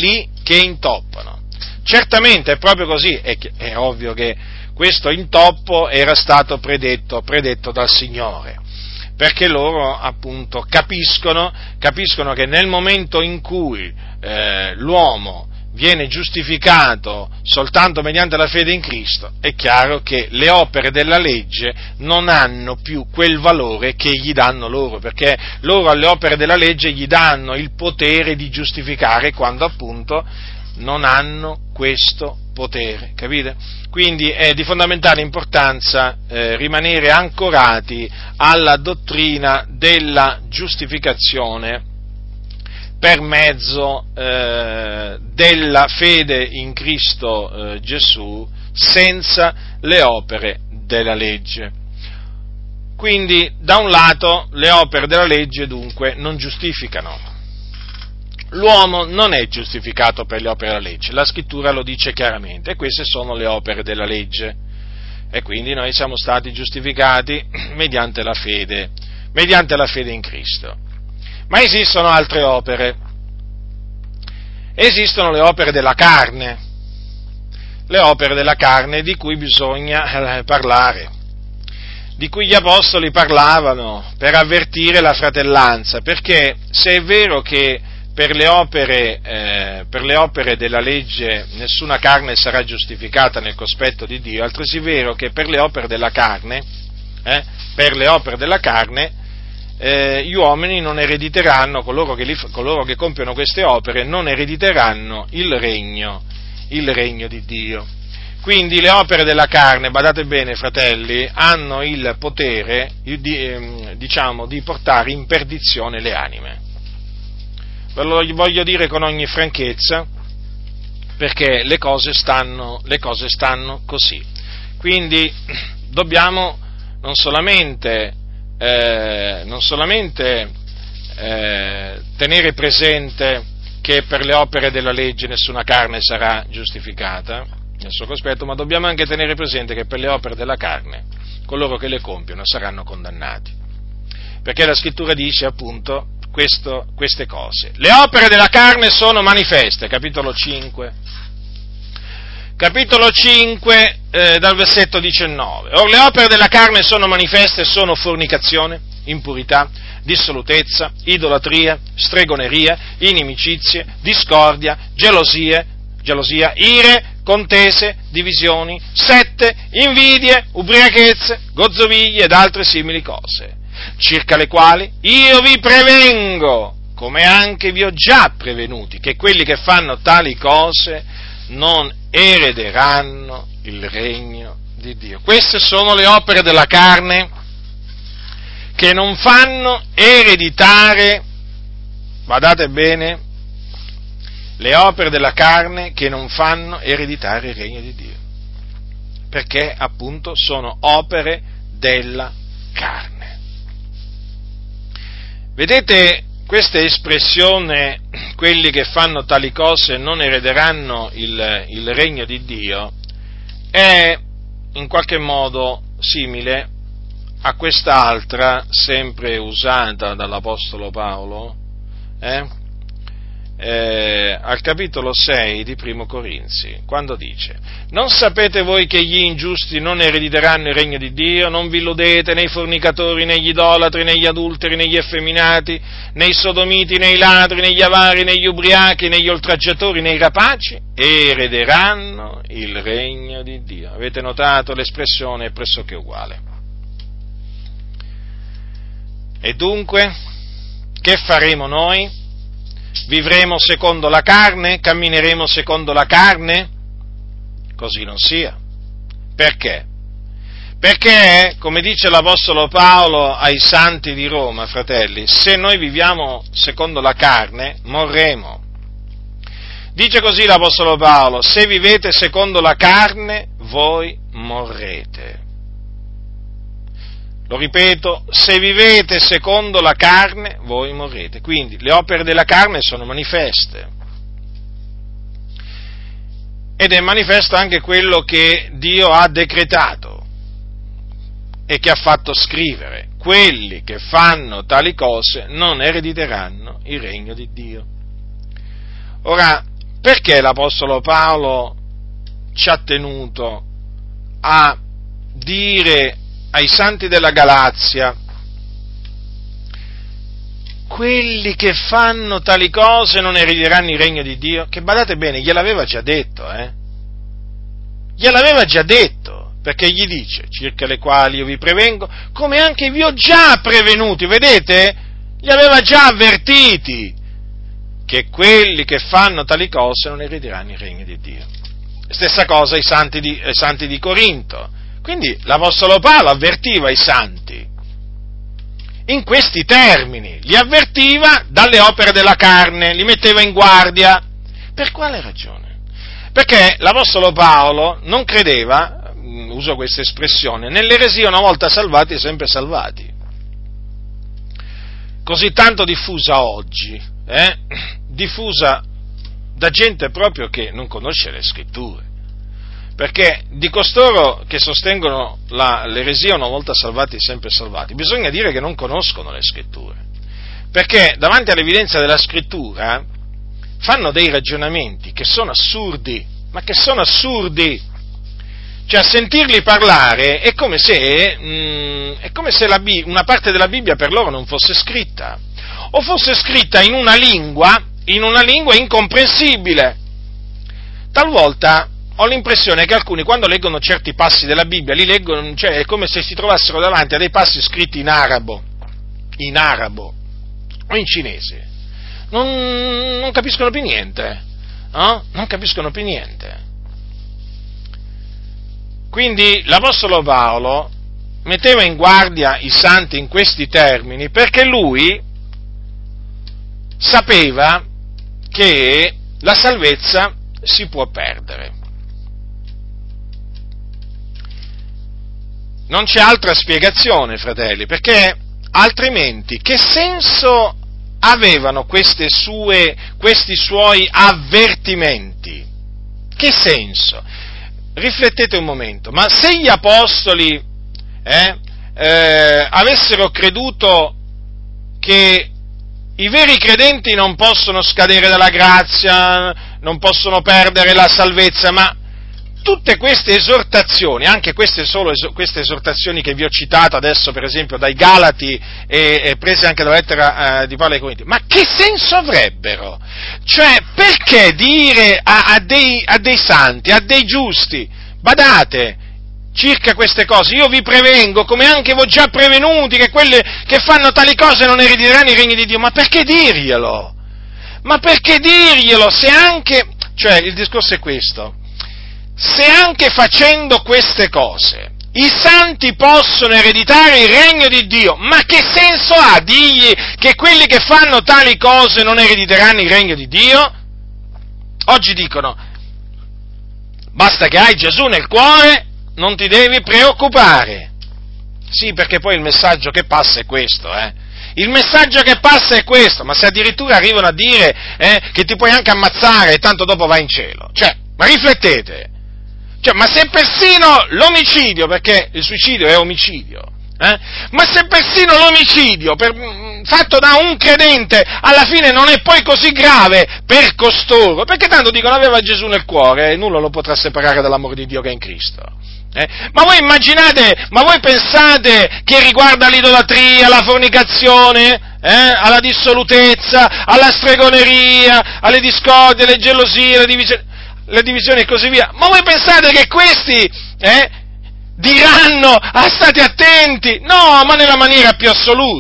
Certamente è proprio così, è ovvio che questo intoppo era stato predetto dal Signore, perché loro appunto capiscono che nel momento in cui l'uomo viene giustificato soltanto mediante la fede in Cristo, è chiaro che le opere della legge non hanno più quel valore che gli danno loro, perché loro alle opere della legge gli danno il potere di giustificare quando appunto non hanno questo potere, capite? Quindi è di fondamentale importanza rimanere ancorati alla dottrina della giustificazione per mezzo della fede in Cristo Gesù, senza le opere della legge. Quindi, da un lato, le opere della legge dunque non giustificano. L'uomo non è giustificato per le opere della legge, la Scrittura lo dice chiaramente, e queste sono le opere della legge. E quindi noi siamo stati giustificati mediante la fede in Cristo. Ma esistono altre opere. Esistono le opere della carne di cui bisogna parlare, di cui gli apostoli parlavano per avvertire la fratellanza, perché se è vero che per le opere della legge nessuna carne sarà giustificata nel cospetto di Dio, altresì è vero che per le opere della carne, gli uomini non erediteranno, coloro che compiono queste opere non erediteranno il regno di Dio. Quindi le opere della carne, badate bene fratelli, hanno il potere di portare in perdizione le anime. Ve lo voglio dire con ogni franchezza, perché le cose stanno così. Quindi dobbiamo non solamente tenere presente che per le opere della legge nessuna carne sarà giustificata nel suo cospetto, ma dobbiamo anche tenere presente che per le opere della carne coloro che le compiono saranno condannati, perché la Scrittura dice appunto queste cose. Le opere della carne sono manifeste, capitolo 5, dal versetto 19. Or le opere della carne sono manifeste, sono fornicazione, impurità, dissolutezza, idolatria, stregoneria, inimicizie, discordia, gelosia, ire, contese, divisioni, sette, invidie, ubriachezze, gozzoviglie ed altre simili cose, circa le quali io vi prevengo, come anche vi ho già prevenuti, che quelli che fanno tali cose non erederanno il regno di Dio. Queste sono le opere della carne che non fanno ereditare, badate bene, le opere della carne che non fanno ereditare il regno di Dio, perché appunto sono opere della carne. Vedete, questa espressione, quelli che fanno tali cose non erederanno il regno di Dio, è in qualche modo simile a quest'altra, sempre usata dall'Apostolo Paolo, al capitolo 6 di Primo Corinzi, quando dice: non sapete voi che gli ingiusti non erediteranno il regno di Dio? Non vi illudete, né i fornicatori, né gli idolatri, né gli adulteri, né gli effeminati, né i sodomiti, né i ladri, né gli avari, né gli ubriachi, né gli oltraggiatori, né i rapaci erederanno il regno di Dio. Avete notato? L'espressione è pressoché uguale. E dunque, che faremo noi? vivremo secondo la carne? Cammineremo secondo la carne? Così non sia. Perché? Perché, come dice l'Apostolo Paolo ai santi di Roma, fratelli, se noi viviamo secondo la carne, morremo. Dice così l'Apostolo Paolo: se vivete secondo la carne, voi morrete. Lo ripeto, se vivete secondo la carne, voi morrete. Quindi le opere della carne sono manifeste. Ed è manifesto anche quello che Dio ha decretato e che ha fatto scrivere: quelli che fanno tali cose non erediteranno il regno di Dio. Ora, perché l'Apostolo Paolo ci ha tenuto a dire ai santi della Galazia: quelli che fanno tali cose non erediteranno il regno di Dio? Che, badate bene, gliel'aveva già detto, Gliel'aveva già detto, perché gli dice: circa le quali io vi prevengo, come anche vi ho già prevenuti, vedete? Li aveva già avvertiti che quelli che fanno tali cose non erediteranno il regno di Dio. Stessa cosa ai santi di Corinto. Quindi l'Apostolo Paolo avvertiva i santi in questi termini, li avvertiva dalle opere della carne, li metteva in guardia. Per quale ragione? Perché l'Apostolo Paolo non credeva, uso questa espressione, nell'eresia una volta salvati sempre salvati, così tanto diffusa oggi, diffusa da gente proprio che non conosce le Scritture. Perché di costoro che sostengono l'eresia una volta salvati sempre salvati, bisogna dire che non conoscono le Scritture, perché davanti all'evidenza della Scrittura fanno dei ragionamenti che sono assurdi, ma che sono assurdi. Cioè, a sentirli parlare è come se una parte della Bibbia per loro non fosse scritta, o fosse scritta in una lingua incomprensibile. Talvolta ho l'impressione che alcuni, quando leggono certi passi della Bibbia, li leggono, cioè è come se si trovassero davanti a dei passi scritti in arabo o in cinese. Non capiscono più niente, no? Non capiscono più niente. Quindi l'Apostolo Paolo metteva in guardia i santi in questi termini perché lui sapeva che la salvezza si può perdere. Non c'è altra spiegazione, fratelli, perché altrimenti che senso avevano questi suoi avvertimenti? Che senso? Riflettete un momento, ma se gli apostoli avessero creduto che i veri credenti non possono scadere dalla grazia, non possono perdere la salvezza, ma tutte queste esortazioni, anche queste esortazioni che vi ho citato adesso, per esempio dai Galati e prese anche dalla lettera di Paolo ai Corinti, ma che senso avrebbero? Cioè, perché dire a dei santi, a dei giusti, badate, circa queste cose, io vi prevengo, come anche vi ho già prevenuti, che quelli che fanno tali cose non erediteranno i regni di Dio? Ma perché dirglielo? Ma perché dirglielo? Se anche, cioè, il discorso è questo: se anche facendo queste cose i santi possono ereditare il regno di Dio, ma che senso ha dirgli che quelli che fanno tali cose non erediteranno il regno di Dio? Oggi dicono: basta che hai Gesù nel cuore, non ti devi preoccupare. Sì, perché poi il messaggio che passa è questo, Il messaggio che passa è questo, ma se addirittura arrivano a dire che ti puoi anche ammazzare e tanto dopo vai in cielo, cioè, ma riflettete. Cioè, ma se persino l'omicidio, perché il suicidio è omicidio, ma se persino l'omicidio fatto da un credente alla fine non è poi così grave per costoro, perché tanto dicono aveva Gesù nel cuore e nulla lo potrà separare dall'amore di Dio che è in Cristo. Ma voi immaginate, ma voi pensate che riguarda l'idolatria, la fornicazione, alla dissolutezza, alla stregoneria, alle discordie, alle gelosie, le divisioni e così via? Ma voi pensate che questi diranno: state attenti? No, ma nella maniera più assoluta.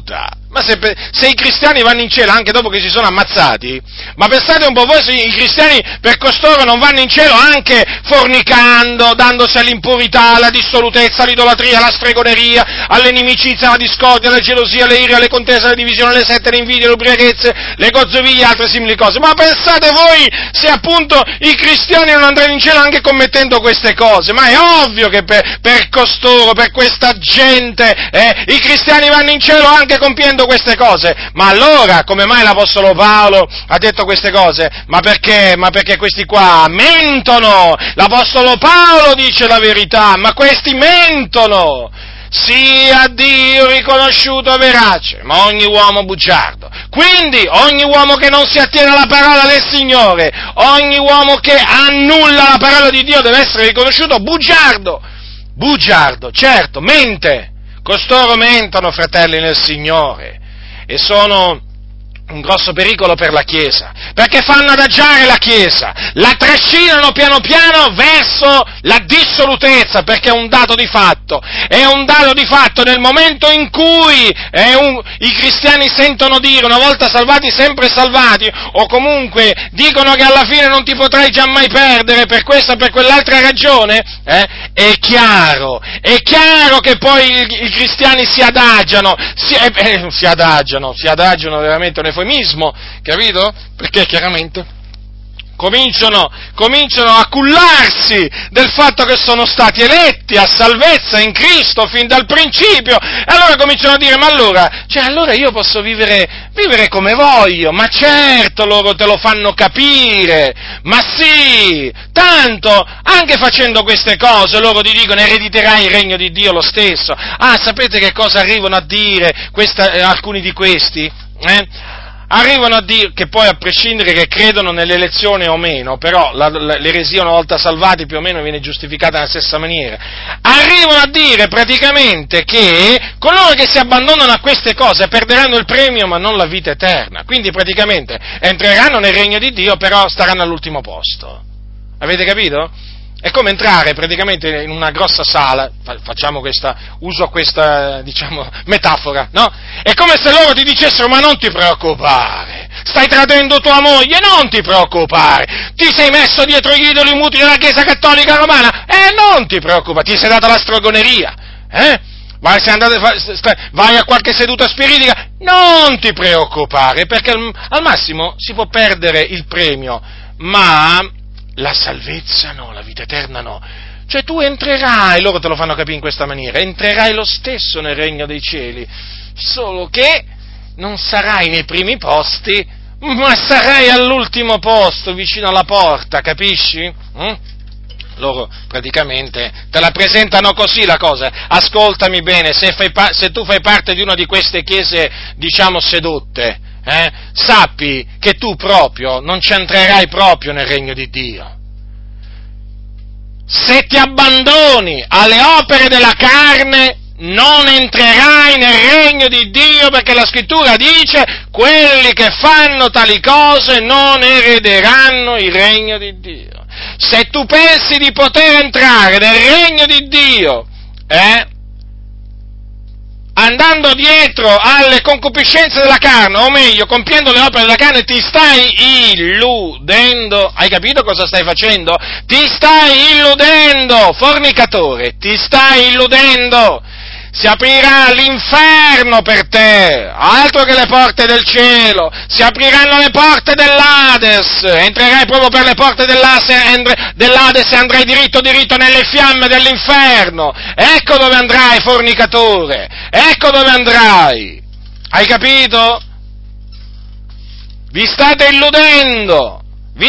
Ma se i cristiani vanno in cielo anche dopo che si sono ammazzati, ma pensate un po' voi se i cristiani per costoro non vanno in cielo anche fornicando, dandosi all'impurità, alla dissolutezza, all'idolatria, alla stregoneria, all'inimicizia, alla discordia, alla gelosia, alle ire, alle contese, alle divisioni, alle sette, alle invidie, alle ubriachezze, le gozzoviglie e altre simili cose. Ma pensate voi se appunto i cristiani non andranno in cielo anche commettendo queste cose? Ma è ovvio che per costoro, per questa gente, i cristiani vanno in cielo anche compiendo queste cose. Ma allora, come mai l'Apostolo Paolo ha detto queste cose? Ma perché questi qua mentono! L'Apostolo Paolo dice la verità, ma questi mentono! Sia Dio riconosciuto verace, ma ogni uomo bugiardo. Quindi, ogni uomo che non si attiene alla parola del Signore, ogni uomo che annulla la parola di Dio deve essere riconosciuto bugiardo. Bugiardo, certo, mente. Costoro mentono, fratelli nel Signore, e sono un grosso pericolo per la Chiesa, perché fanno adagiare la Chiesa, la trascinano piano piano verso la dissolutezza, perché è un dato di fatto nel momento in cui i cristiani sentono dire, una volta salvati sempre salvati, o comunque dicono che alla fine non ti potrai già mai perdere per questa o per quell'altra ragione, è chiaro che poi i cristiani si adagiano veramente un eufemismo, capito? Perché chiaramente cominciano a cullarsi del fatto che sono stati eletti a salvezza in Cristo fin dal principio, e allora cominciano a dire, ma allora io posso vivere come voglio, ma certo loro te lo fanno capire, ma sì, tanto anche facendo queste cose loro ti dicono erediterai il regno di Dio lo stesso. Sapete che cosa arrivano a dire alcuni di questi? Arrivano a dire, che poi a prescindere che credono nell'elezione o meno, però l'eresia una volta salvati più o meno viene giustificata nella stessa maniera, arrivano a dire praticamente che coloro che si abbandonano a queste cose perderanno il premio ma non la vita eterna, quindi praticamente entreranno nel regno di Dio però staranno all'ultimo posto. Avete capito? È come entrare praticamente in una grossa sala, uso questa, metafora, no? È come se loro ti dicessero, ma non ti preoccupare, stai tradendo tua moglie, non ti preoccupare, ti sei messo dietro gli idoli muti della Chiesa Cattolica Romana, non ti preoccupare, ti sei data la stregoneria, vai a qualche seduta spiritica, non ti preoccupare, perché al massimo si può perdere il premio, ma la salvezza no, la vita eterna no. Cioè tu entrerai, loro te lo fanno capire in questa maniera, entrerai lo stesso nel regno dei cieli, solo che non sarai nei primi posti, ma sarai all'ultimo posto, vicino alla porta, capisci? Loro praticamente te la presentano così la cosa. Ascoltami bene, se tu fai parte di una di queste chiese, sedotte, sappi che tu proprio non ci entrerai proprio nel regno di Dio. Se ti abbandoni alle opere della carne, non entrerai nel regno di Dio, perché la Scrittura dice: quelli che fanno tali cose non erederanno il regno di Dio. Se tu pensi di poter entrare nel regno di Dio, andando dietro alle concupiscenze della carne, o meglio, compiendo le opere della carne, ti stai illudendo. Hai capito cosa stai facendo? Ti stai illudendo, fornicatore, ti stai illudendo. Si aprirà l'inferno per te, altro che le porte del cielo, si apriranno le porte dell'Ades, entrerai proprio per le porte dell'Ades e andrai diritto nelle fiamme dell'inferno. Ecco dove andrai, fornicatore, ecco dove andrai. Hai capito? Vi state illudendo,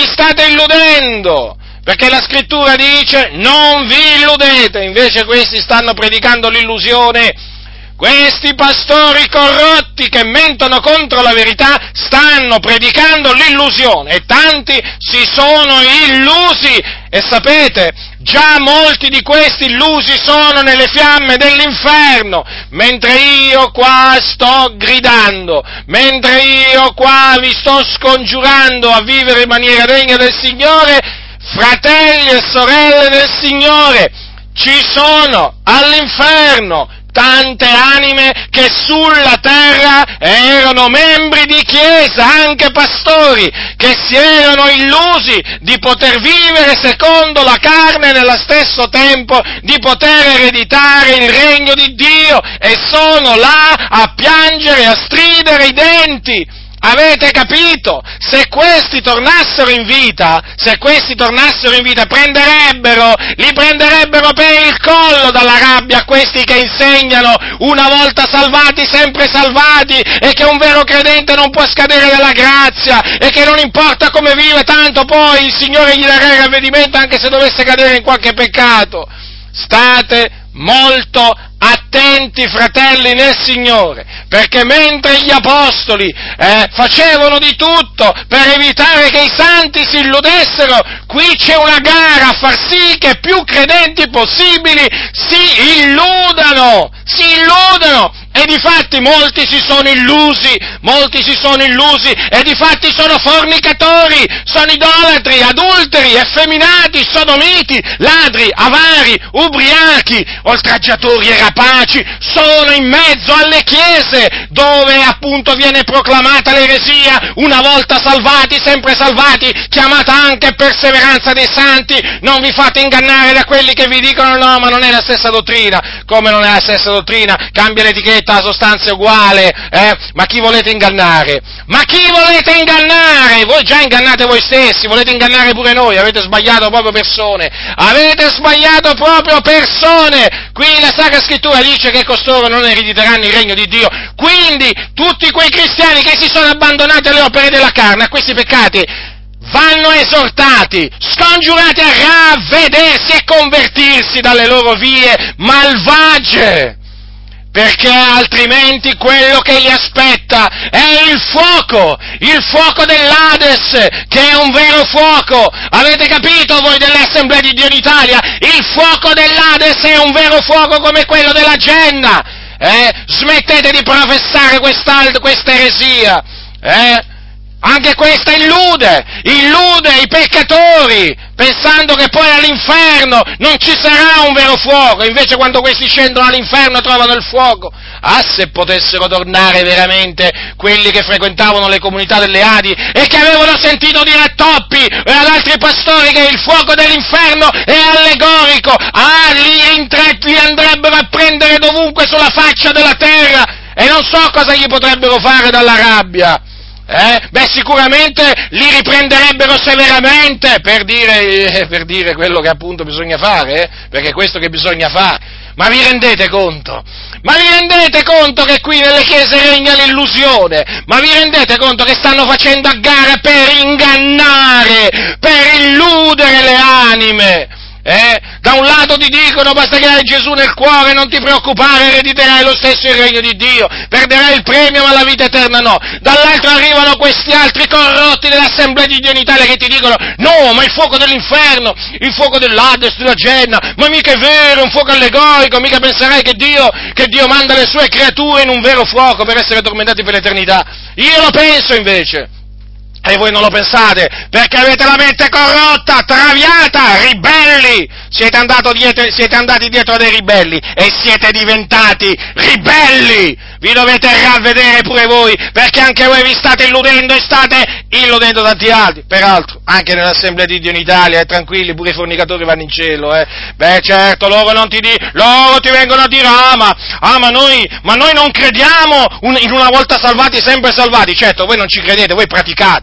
perché la Scrittura dice: non vi illudete, invece questi stanno predicando l'illusione. Questi pastori corrotti che mentono contro la verità stanno predicando l'illusione e tanti si sono illusi, e sapete, già molti di questi illusi sono nelle fiamme dell'inferno, mentre io qua sto gridando, mentre io qua vi sto scongiurando a vivere in maniera degna del Signore. Fratelli e sorelle del Signore, ci sono all'inferno tante anime che sulla terra erano membri di chiesa, anche pastori, che si erano illusi di poter vivere secondo la carne e nello stesso tempo di poter ereditare il regno di Dio, e sono là a piangere e a stridere i denti. Avete capito? Se questi tornassero in vita, li prenderebbero per il collo dalla rabbia questi che insegnano una volta salvati, sempre salvati, e che un vero credente non può scadere dalla grazia, e che non importa come vive, tanto poi il Signore gli darà il ravvedimento anche se dovesse cadere in qualche peccato. State molto attenti, fratelli nel Signore, perché mentre gli apostoli facevano di tutto per evitare che i santi si illudessero, qui c'è una gara a far sì che più credenti possibili si illudano, e difatti molti si sono illusi, e difatti sono fornicatori, sono idolatri, adulteri, effeminati, sodomiti, ladri, avari, ubriachi, oltraggiatori e rapaci, sono in mezzo alle chiese dove appunto viene proclamata l'eresia, una volta salvati, sempre salvati, chiamata anche perseveranza dei santi. Non vi fate ingannare da quelli che vi dicono no, ma non è la stessa dottrina. Come non è la stessa dottrina? Cambia l'etichetta, la sostanza è uguale, Ma chi volete ingannare? Voi già ingannate voi stessi, volete ingannare pure noi, avete sbagliato proprio persone. Qui la Sacra Scrittura dice che costoro non erediteranno il regno di Dio. Quindi tutti quei cristiani che si sono abbandonati alle opere della carne, a questi peccati, vanno esortati, scongiurati a ravvedersi e convertirsi dalle loro vie malvagie, perché altrimenti quello che li aspetta è il fuoco dell'Ades, che è un vero fuoco. Avete capito voi delle Assemblee di Dio in Italia? Il fuoco dell'Ades è un vero fuoco come quello della Genna. Smettete di professare questa eresia, Anche questa illude i peccatori, pensando che poi all'inferno non ci sarà un vero fuoco, invece quando questi scendono all'inferno trovano il fuoco. Ah, se potessero tornare veramente quelli che frequentavano le comunità delle Adi e che avevano sentito dire a Toppi e ad altri pastori che il fuoco dell'inferno è allegorico, li andrebbero a prendere dovunque sulla faccia della terra e non so cosa gli potrebbero fare dalla rabbia. Sicuramente li riprenderebbero severamente per dire quello che appunto bisogna fare, perché è questo che bisogna fare. Ma vi rendete conto? Che qui nelle chiese regna l'illusione? Ma vi rendete conto che stanno facendo a gara per ingannare, per illudere le anime? Da un lato ti dicono basta che hai Gesù nel cuore, non ti preoccupare, erediterai lo stesso il regno di Dio, perderai il premio ma la vita eterna no. Dall'altro arrivano questi altri corrotti dell'Assemblea di Dio in Italia che ti dicono no, ma il fuoco dell'inferno, il fuoco dell'Ades, della Genna, ma mica è vero, è un fuoco allegorico, mica penserai che Dio manda le sue creature in un vero fuoco per essere tormentati per l'eternità. Io lo penso invece. E voi non lo pensate, perché avete la mente corrotta, traviata, ribelli, siete andati dietro a dei ribelli e siete diventati ribelli, vi dovete ravvedere pure voi, perché anche voi vi state illudendo e state illudendo tanti altri. Peraltro, anche nell'Assemblea di Dio in Italia, tranquilli, pure i fornicatori vanno in cielo, certo, loro ti vengono a dire, ma noi non crediamo in una volta salvati, sempre salvati. Certo, voi non ci credete, voi praticate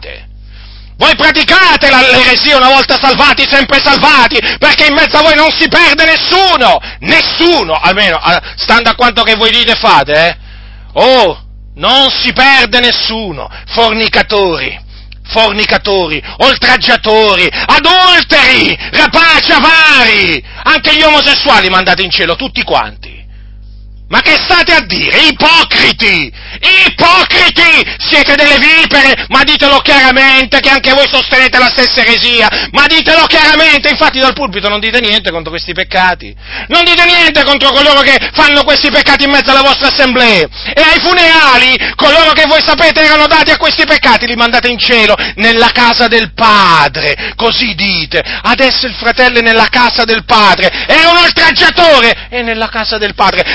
l'eresia una volta salvati, sempre salvati, perché in mezzo a voi non si perde nessuno, almeno stando a quanto che voi dite e fate, non si perde nessuno, fornicatori, oltraggiatori, adulteri, rapaci, avari, anche gli omosessuali mandate in cielo, tutti quanti. Ma che state a dire? Ipocriti! Siete delle vipere, ma ditelo chiaramente che anche voi sostenete la stessa eresia, ma ditelo chiaramente, infatti dal pulpito non dite niente contro questi peccati, non dite niente contro coloro che fanno questi peccati in mezzo alla vostra assemblea, e ai funerali, coloro che voi sapete erano dati a questi peccati, li mandate in cielo, nella casa del Padre, così dite, adesso il fratello è nella casa del Padre, era un oltraggiatore, è nella casa del Padre, era un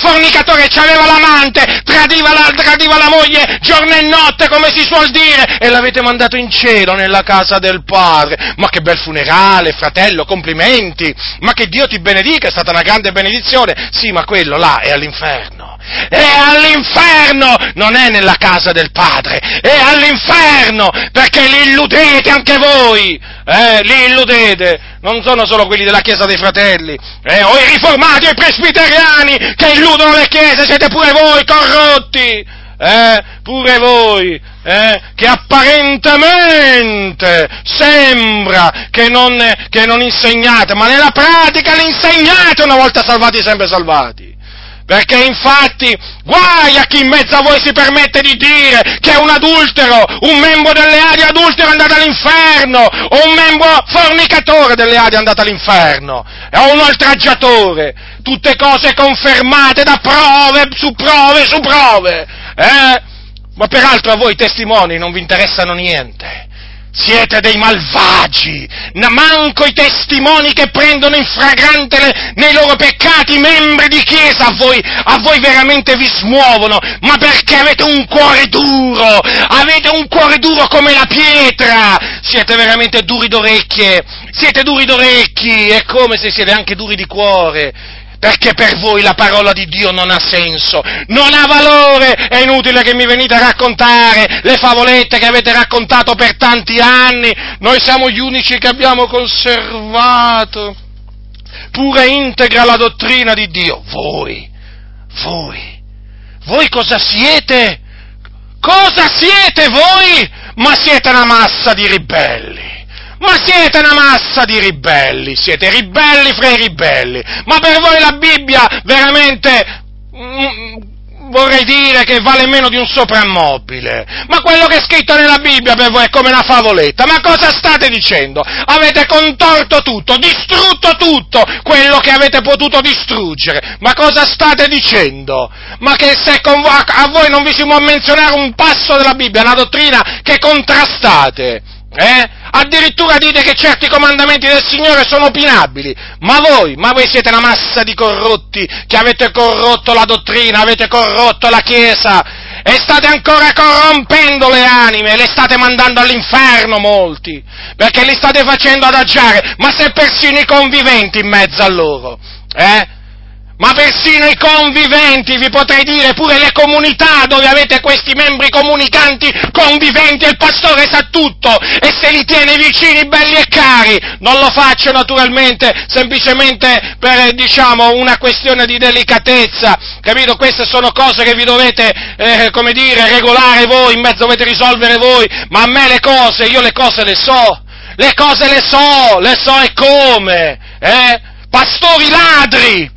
fornicatore c'aveva l'amante, tradiva la moglie giorno e notte, come si suol dire, e l'avete mandato in cielo nella casa del Padre. Ma che bel funerale, fratello, complimenti, ma che Dio ti benedica, è stata una grande benedizione. Sì, ma quello là è all'inferno. È all'inferno, non è nella casa del Padre, è all'inferno, perché li illudete anche voi, li illudete, non sono solo quelli della Chiesa dei Fratelli, o i riformati o i presbiteriani che illudono le chiese, siete pure voi corrotti, pure voi, che apparentemente sembra che non insegnate, ma nella pratica l'insegnate, una volta salvati sempre salvati. Perché infatti, guai a chi in mezzo a voi si permette di dire che un adultero, un membro delle Adi adultero è andato all'inferno, o un membro fornicatore delle Adi è andato all'inferno, o un oltraggiatore, tutte cose confermate da prove su prove su prove, Ma peraltro a voi i testimoni non vi interessano niente. Siete dei malvagi, manco i testimoni che prendono in flagrante nei loro peccati membri di chiesa a voi veramente vi smuovono, ma perché avete un cuore duro come la pietra, siete veramente duri d'orecchie, è come se siete anche duri di cuore. Perché per voi la parola di Dio non ha senso, non ha valore, è inutile che mi venite a raccontare le favolette che avete raccontato per tanti anni, noi siamo gli unici che abbiamo conservato pura integra la dottrina di Dio. Voi cosa siete? Cosa siete voi? Ma siete una massa di ribelli. Siete ribelli fra i ribelli, ma per voi la Bibbia veramente, vorrei dire che vale meno di un soprammobile, ma quello che è scritto nella Bibbia per voi è come una favoletta, ma cosa state dicendo? Avete contorto tutto, distrutto tutto, quello che avete potuto distruggere, ma cosa state dicendo? Ma che se a voi non vi si può menzionare un passo della Bibbia, una dottrina che contrastate, Addirittura dite che certi comandamenti del Signore sono opinabili, ma voi siete una massa di corrotti, che avete corrotto la dottrina, avete corrotto la Chiesa, e state ancora corrompendo le anime, le state mandando all'inferno molti, perché li state facendo adagiare, ma se persino i conviventi in mezzo a loro, Ma persino i conviventi, vi potrei dire pure le comunità dove avete questi membri comunicanti, conviventi, e il pastore sa tutto e se li tiene vicini, belli e cari. Non lo faccio naturalmente semplicemente per, una questione di delicatezza, capito? Queste sono cose che vi dovete, regolare voi, in mezzo dovete risolvere voi, ma a me io le cose le so e come, pastori ladri,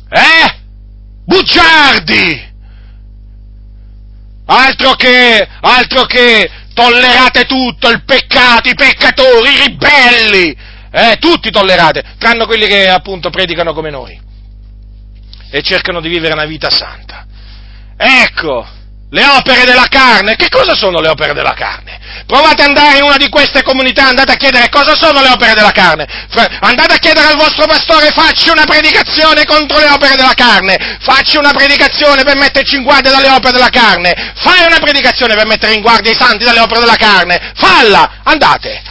bugiardi, altro che tollerate tutto, il peccato, i peccatori, i ribelli, tutti tollerate, tranne quelli che appunto predicano come noi e cercano di vivere una vita santa. Ecco, le opere della carne. Che cosa sono le opere della carne? Provate ad andare in una di queste comunità, andate a chiedere cosa sono le opere della carne. Andate a chiedere al vostro pastore: facci una predicazione contro le opere della carne, facci una predicazione per metterci in guardia dalle opere della carne, fai una predicazione per mettere in guardia i santi dalle opere della carne, falla, andate,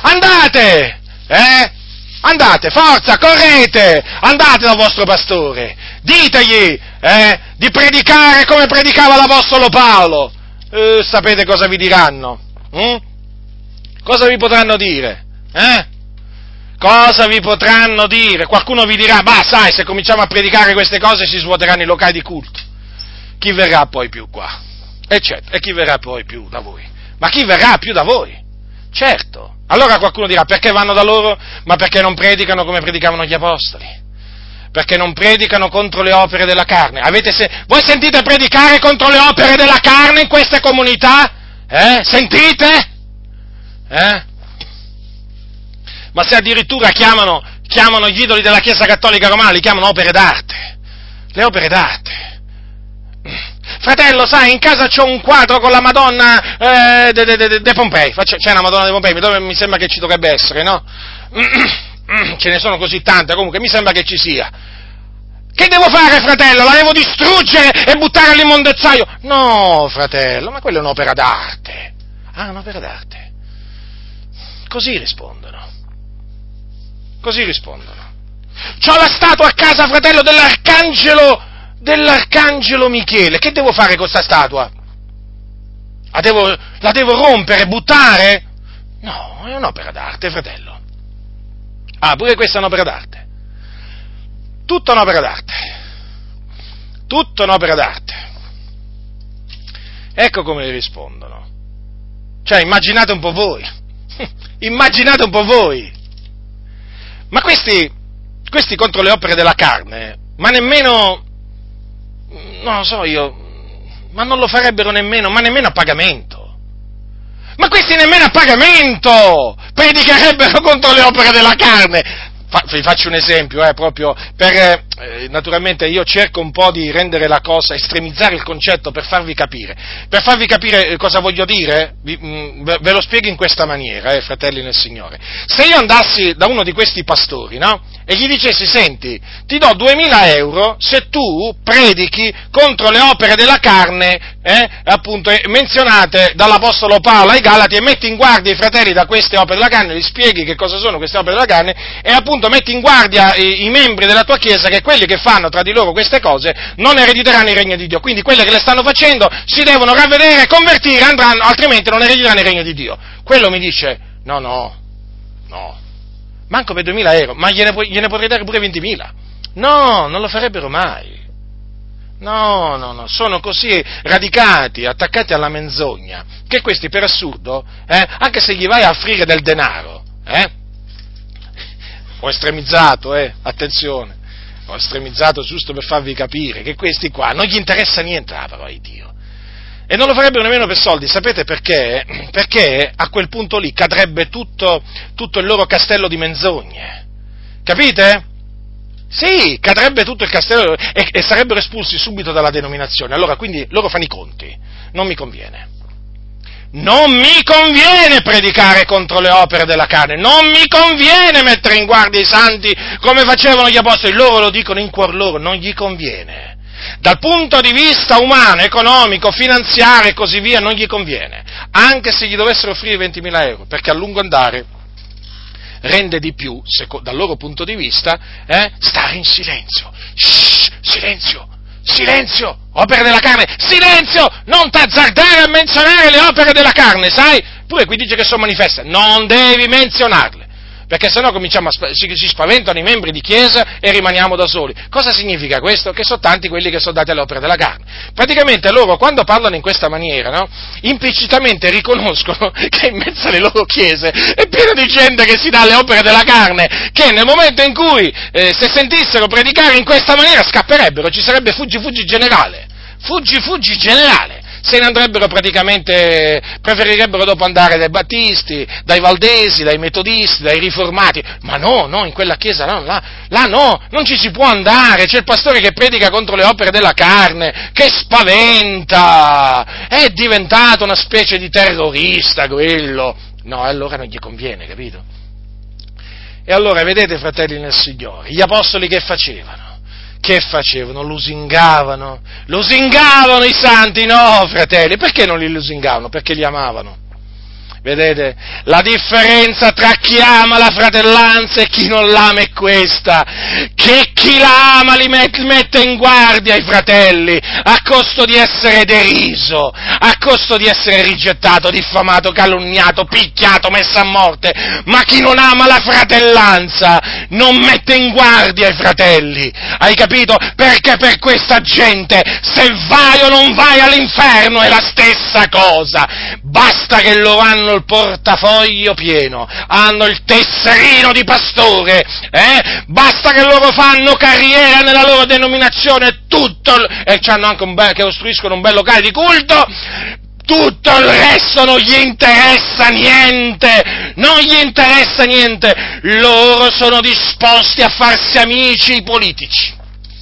forza, correte, andate dal vostro pastore, ditegli, di predicare come predicava l'Apostolo Paolo. Sapete cosa vi diranno? Cosa vi potranno dire? Cosa vi potranno dire? Qualcuno vi dirà: sai, se cominciamo a predicare queste cose si svuoteranno i locali di culto. Chi verrà poi più qua? E chi verrà poi più da voi? Ma chi verrà più da voi? Certo. Allora qualcuno dirà: perché vanno da loro? Ma perché non predicano come predicavano gli apostoli? Perché non predicano contro le opere della carne. Voi sentite predicare contro le opere della carne in queste comunità? Sentite? Ma se addirittura chiamano gli idoli della Chiesa Cattolica Romana, li chiamano opere d'arte. Le opere d'arte. Fratello, sai, in casa c'ho un quadro con la Madonna de Pompei. C'è una Madonna de Pompei, dove mi sembra che ci dovrebbe essere, no? Ce ne sono così tante, comunque mi sembra che ci sia. Che devo fare, fratello? La devo distruggere e buttare all'immondezzaio? No, fratello, ma quella è un'opera d'arte. Ah, un'opera d'arte. Così rispondono. C'ho la statua a casa, fratello, dell'arcangelo Michele. Che devo fare con questa statua? La devo rompere, buttare? No, è un'opera d'arte, fratello. Ah, pure questa è un'opera d'arte. Tutta un'opera d'arte. Ecco come le rispondono. Cioè, immaginate un po' voi. Ma questi contro le opere della carne, ma nemmeno, non lo so io, ma non lo farebbero nemmeno a pagamento. Ma questi nemmeno a pagamento predicherebbero contro le opere della carne. Vi faccio un esempio, proprio per, naturalmente io cerco un po' di rendere la cosa, estremizzare il concetto per farvi capire cosa voglio dire, ve lo spiego in questa maniera, fratelli nel Signore. Se io andassi da uno di questi pastori, no? E gli dicessi, senti, ti do 2.000 euro se tu predichi contro le opere della carne, appunto menzionate dall'Apostolo Paolo ai Galati, e metti in guardia i fratelli da queste opere della carne, gli spieghi che cosa sono queste opere della carne, e appunto metti in guardia i membri della tua Chiesa che quelli che fanno tra di loro queste cose non erediteranno il regno di Dio, quindi quelli che le stanno facendo si devono ravvedere e convertire, andranno, altrimenti non erediteranno il regno di Dio. Quello mi dice, no, manco per 2.000 euro, ma gliene potrei dare pure 20.000. No, non lo farebbero mai. No, sono così radicati, attaccati alla menzogna, che questi per assurdo, anche se gli vai a offrire del denaro, ho estremizzato, attenzione, ho estremizzato giusto per farvi capire che questi qua non gli interessa niente la parola di Dio. E non lo farebbero nemmeno per soldi, sapete perché? Perché a quel punto lì cadrebbe tutto il loro castello di menzogne, capite? Sì, cadrebbe tutto il castello e sarebbero espulsi subito dalla denominazione. Allora, quindi, loro fanno i conti. Non mi conviene predicare contro le opere della carne, non mi conviene mettere in guardia i santi come facevano gli apostoli, loro lo dicono in cuor loro, non gli conviene. Dal punto di vista umano, economico, finanziario e così via, non gli conviene, anche se gli dovessero offrire 20.000 euro, perché a lungo andare rende di più, dal loro punto di vista, stare in silenzio. Shh, silenzio, opere della carne, silenzio, non t'azzardare a menzionare le opere della carne, sai? Pure qui dice che sono manifeste, non devi menzionarle, perché sennò si spaventano i membri di chiesa e rimaniamo da soli. Cosa significa questo? Che sono tanti quelli che sono dati alle opere della carne. Praticamente loro, quando parlano in questa maniera, no, implicitamente riconoscono che in mezzo alle loro chiese è pieno di gente che si dà alle opere della carne, che nel momento in cui se sentissero predicare in questa maniera scapperebbero, ci sarebbe fuggi generale. Se ne andrebbero preferirebbero dopo andare dai battisti, dai valdesi, dai metodisti, dai riformati, ma no, in quella chiesa là no, non ci si può andare, c'è il pastore che predica contro le opere della carne, che spaventa, è diventato una specie di terrorista quello, no, allora non gli conviene, capito? E allora, vedete, fratelli nel Signore, gli apostoli che facevano? Lusingavano i santi? No, fratelli, perché non li lusingavano? Perché li amavano. Vedete? La differenza tra chi ama la fratellanza e chi non l'ama è questa, che chi la ama li mette in guardia i fratelli, a costo di essere deriso, a costo di essere rigettato, diffamato, calunniato, picchiato, messo a morte, ma chi non ama la fratellanza non mette in guardia i fratelli, hai capito? Perché per questa gente, se vai o non vai all'inferno è la stessa cosa, basta che loro hanno il portafoglio pieno, hanno il tesserino di pastore, basta che loro fanno carriera nella loro denominazione, e c'hanno anche che costruiscono un bel locale di culto, tutto il resto non gli interessa niente, loro sono disposti a farsi amici i politici,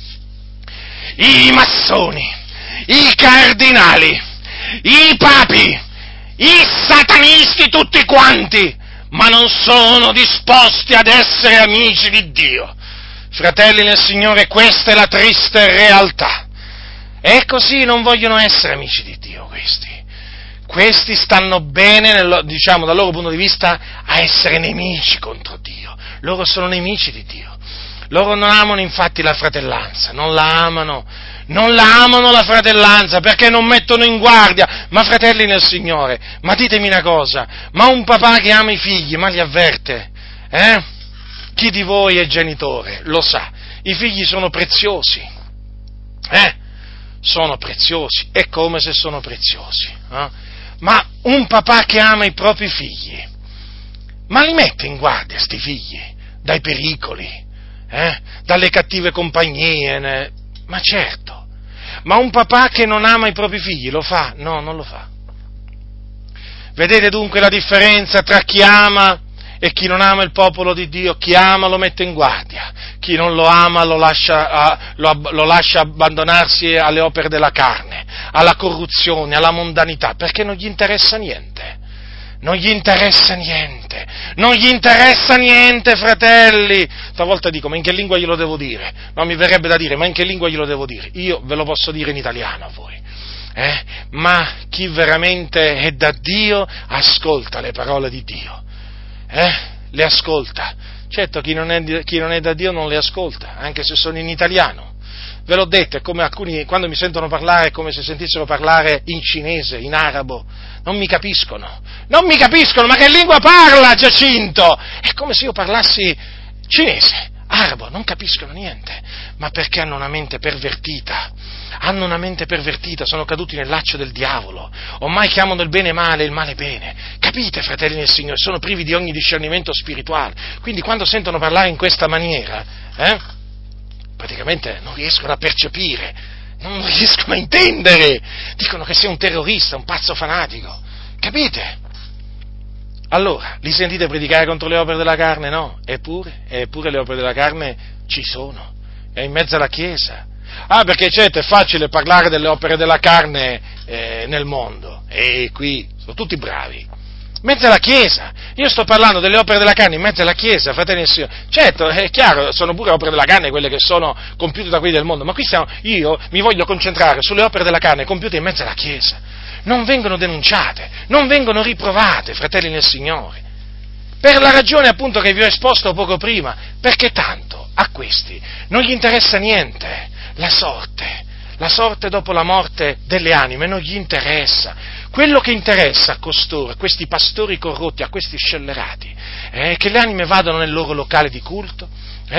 i massoni, i cardinali, i papi, i satanisti tutti quanti, ma non sono disposti ad essere amici di Dio. Fratelli nel Signore, questa è la triste realtà. E così non vogliono essere amici di Dio questi. Questi stanno bene, diciamo, dal loro punto di vista, a essere nemici contro Dio. Loro sono nemici di Dio. Loro non amano infatti la fratellanza, non la amano la fratellanza perché non mettono in guardia. Ma fratelli nel Signore, ma ditemi una cosa, ma un papà che ama i figli, ma li avverte? Chi di voi è genitore lo sa, i figli sono preziosi, sono preziosi, è come se sono preziosi, ma un papà che ama i propri figli, ma li mette in guardia sti figli dai pericoli, dalle cattive compagnie, ma certo, ma un papà che non ama i propri figli lo fa? No, non lo fa. Vedete dunque la differenza tra chi ama e chi non ama il popolo di Dio? Chi ama lo mette in guardia, chi non lo ama lo lascia abbandonarsi alle opere della carne, alla corruzione, alla mondanità, perché non gli interessa niente. Non gli interessa niente, fratelli. Stavolta dico, ma in che lingua glielo devo dire? Non mi verrebbe da dire, ma in che lingua glielo devo dire? Io ve lo posso dire in italiano a voi. Ma chi veramente è da Dio ascolta le parole di Dio. Le ascolta. Certo, chi non è da Dio non le ascolta, anche se sono in italiano. Ve l'ho detto, è come alcuni, quando mi sentono parlare, è come se sentissero parlare in cinese, in arabo. Non mi capiscono, ma che lingua parla Giacinto? È come se io parlassi cinese, arabo, non capiscono niente, ma perché hanno una mente pervertita, sono caduti nel laccio del diavolo, ormai chiamano il bene male e il male bene, capite, fratelli del Signore, sono privi di ogni discernimento spirituale, quindi quando sentono parlare in questa maniera, praticamente non riescono a percepire, non riescono a intendere, dicono che sei un terrorista, un pazzo fanatico, capite? Allora, li sentite predicare contro le opere della carne? No, eppure le opere della carne ci sono, è in mezzo alla Chiesa. Perché certo è facile parlare delle opere della carne nel mondo, e qui sono tutti bravi. In mezzo alla Chiesa, io sto parlando delle opere della carne in mezzo alla Chiesa, fratelli del Signore. Certo, è chiaro, sono pure opere della carne quelle che sono compiute da quelli del mondo, ma qui io mi voglio concentrare sulle opere della carne compiute in mezzo alla Chiesa. Non vengono denunciate, non vengono riprovate, fratelli del Signore, per la ragione appunto che vi ho esposto poco prima, perché tanto a questi non gli interessa niente la sorte dopo la morte delle anime, non gli interessa. Quello che interessa a costoro, a questi pastori corrotti, a questi scellerati, è che le anime vadano nel loro locale di culto,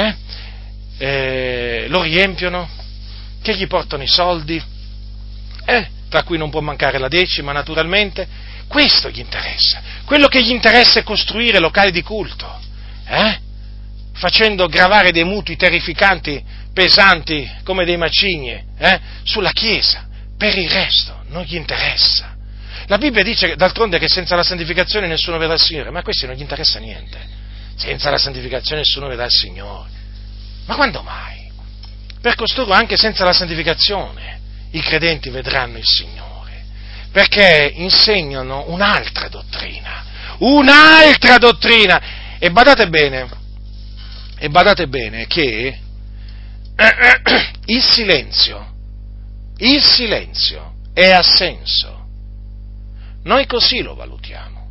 lo riempiono, che gli portano i soldi, tra cui non può mancare la decima naturalmente. Questo gli interessa. Quello che gli interessa è costruire locali di culto, facendo gravare dei mutui terrificanti, pesanti come dei macigni sulla Chiesa. Per il resto non gli interessa. La Bibbia dice d'altronde che senza la santificazione nessuno vedrà il Signore, ma a questi non gli interessa niente. Senza la santificazione nessuno vedrà il Signore. Ma quando mai? Per costoro anche senza la santificazione i credenti vedranno il Signore, perché insegnano un'altra dottrina. E badate bene che il silenzio è assenso. Noi così lo valutiamo.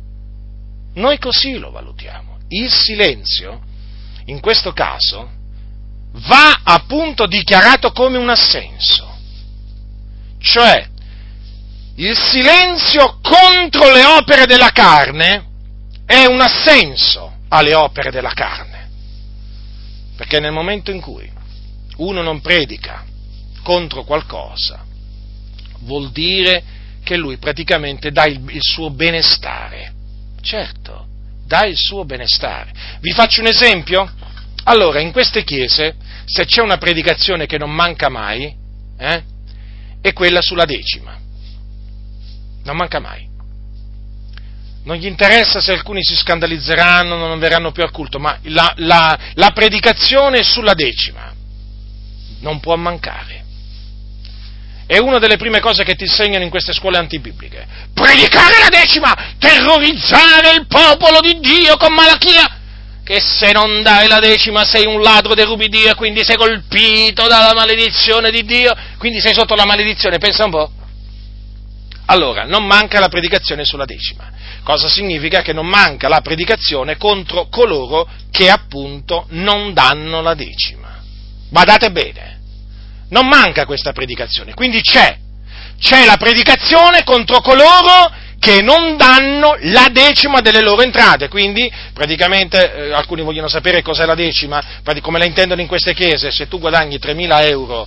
Il silenzio, in questo caso, va appunto dichiarato come un assenso. Cioè, il silenzio contro le opere della carne è un assenso alle opere della carne. Perché nel momento in cui uno non predica contro qualcosa, vuol dire che lui praticamente dà il suo benestare. Certo, dà il suo benestare. Vi faccio un esempio? Allora, in queste chiese, se c'è una predicazione che non manca mai, è quella sulla decima. Non manca mai. Non gli interessa se alcuni si scandalizzeranno, non verranno più al culto, ma la predicazione sulla decima non può mancare. È una delle prime cose che ti insegnano in queste scuole antibibliche. Predicare la decima, terrorizzare il popolo di Dio con Malachia. che se non dai la decima sei un ladro, derubi Dio e quindi sei colpito dalla maledizione di Dio, quindi sei sotto la maledizione, pensa un po'. Allora, non manca la predicazione sulla decima. Cosa significa? Che non manca la predicazione contro coloro che appunto non danno la decima. Badate bene, non manca questa predicazione, quindi c'è la predicazione contro coloro che non danno la decima delle loro entrate, quindi praticamente alcuni vogliono sapere cos'è la decima, come la intendono in queste chiese. Se tu guadagni 3.000 euro,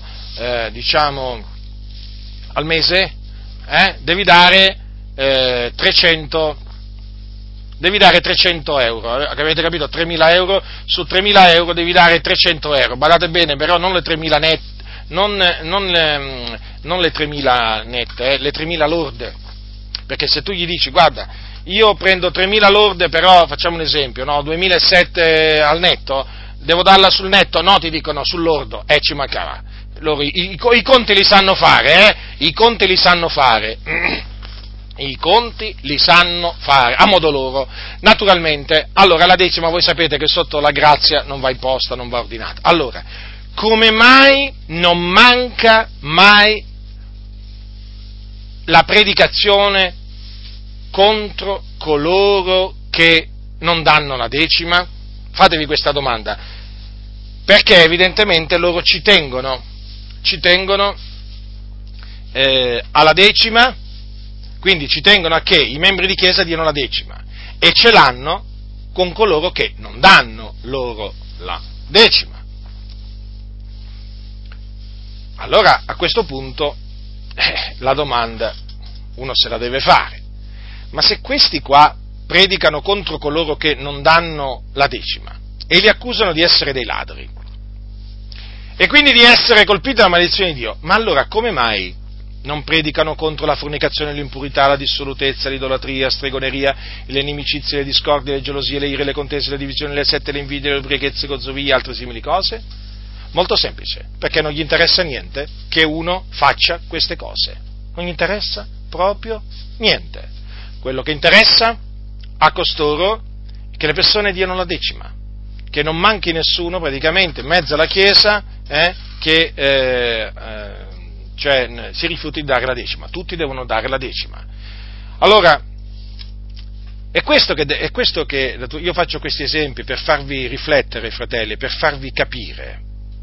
al mese, devi dare 300 euro, avete capito? 3.000 euro, su 3.000 euro devi dare 300 euro, badate bene, però non le 3.000 net, non le 3.000 nette, le 3.000 lorde, perché se tu gli dici, guarda, io prendo 3.000 lorde, però facciamo un esempio, no, 2.700 al netto, devo darla sul netto? No, ti dicono sul lordo, ci mancava. Loro i conti li sanno fare, i conti li sanno fare, a modo loro, naturalmente. Allora la decima voi sapete che sotto la grazia non va imposta, non va ordinata. Allora, come mai non manca mai la predicazione contro coloro che non danno la decima? Fatevi questa domanda, perché evidentemente loro ci tengono alla decima, quindi ci tengono a che i membri di chiesa diano la decima, e ce l'hanno con coloro che non danno loro la decima. Allora a questo punto la domanda uno se la deve fare: ma se questi qua predicano contro coloro che non danno la decima e li accusano di essere dei ladri e quindi di essere colpiti dalla maledizione di Dio, ma allora come mai non predicano contro la fornicazione, l'impurità, la dissolutezza, l'idolatria, la stregoneria, le inimicizie, le discordie, le gelosie, le ire, le contese, le divisioni, le sette, le invidie, le ubriachezze, gozzovie e altre simili cose? Molto semplice, perché non gli interessa niente che uno faccia queste cose, non gli interessa proprio niente. Quello che interessa a costoro è che le persone diano la decima, che non manchi nessuno praticamente in mezzo alla Chiesa che si rifiuti di dare la decima. Tutti devono dare la decima. Allora, è questo che io faccio questi esempi per farvi riflettere, fratelli, per farvi capire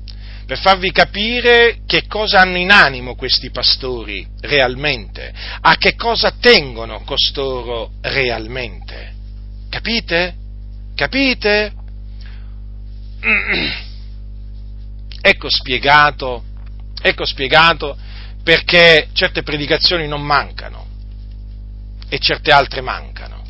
che cosa hanno in animo questi pastori realmente, a che cosa tengono costoro realmente. Capite? Ecco spiegato perché certe predicazioni non mancano e certe altre mancano.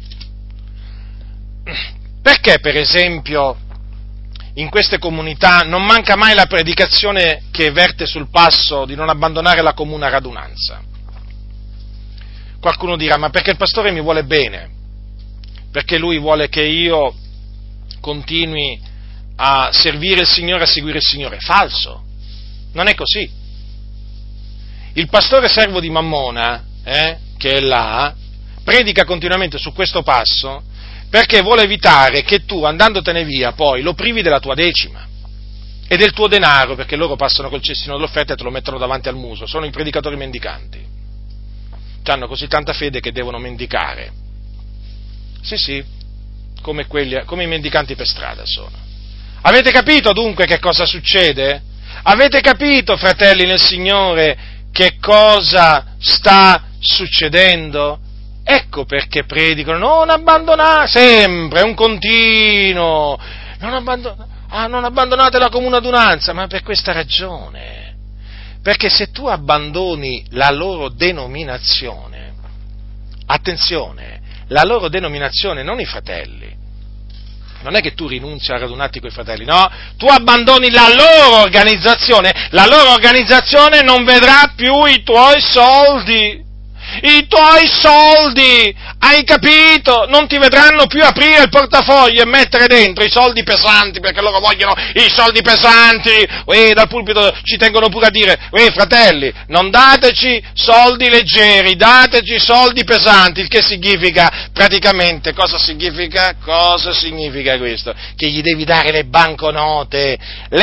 Perché, per esempio, in queste comunità non manca mai la predicazione che verte sul passo di non abbandonare la comune radunanza? Qualcuno dirà, ma perché il pastore mi vuole bene, perché lui vuole che io continui a servire il Signore, a seguire il Signore. Falso, non è così. Il pastore servo di Mammona, che è là, predica continuamente su questo passo perché vuole evitare che tu, andandotene via, poi lo privi della tua decima e del tuo denaro, perché loro passano col cestino dell'offerta e te lo mettono davanti al muso. Sono i predicatori mendicanti. Hanno così tanta fede che devono mendicare. Sì, come i mendicanti per strada sono. Avete capito dunque che cosa succede? Avete capito, fratelli nel Signore, che cosa sta succedendo? Ecco perché predicano, non abbandonate, sempre, un continuo, non abbandonate la comune adunanza, ma per questa ragione, perché se tu abbandoni la loro denominazione, attenzione, la loro denominazione, non i fratelli, non è che tu rinunzi a radunarti coi fratelli, no, tu abbandoni la loro organizzazione non vedrà più i tuoi soldi, i tuoi soldi, hai capito? Non ti vedranno più aprire il portafoglio e mettere dentro i soldi pesanti, perché loro vogliono i soldi pesanti. Dal pulpito ci tengono pure a dire, fratelli, non dateci soldi leggeri, dateci soldi pesanti, il che significa praticamente, cosa significa? Cosa significa questo? Che gli devi dare le banconote,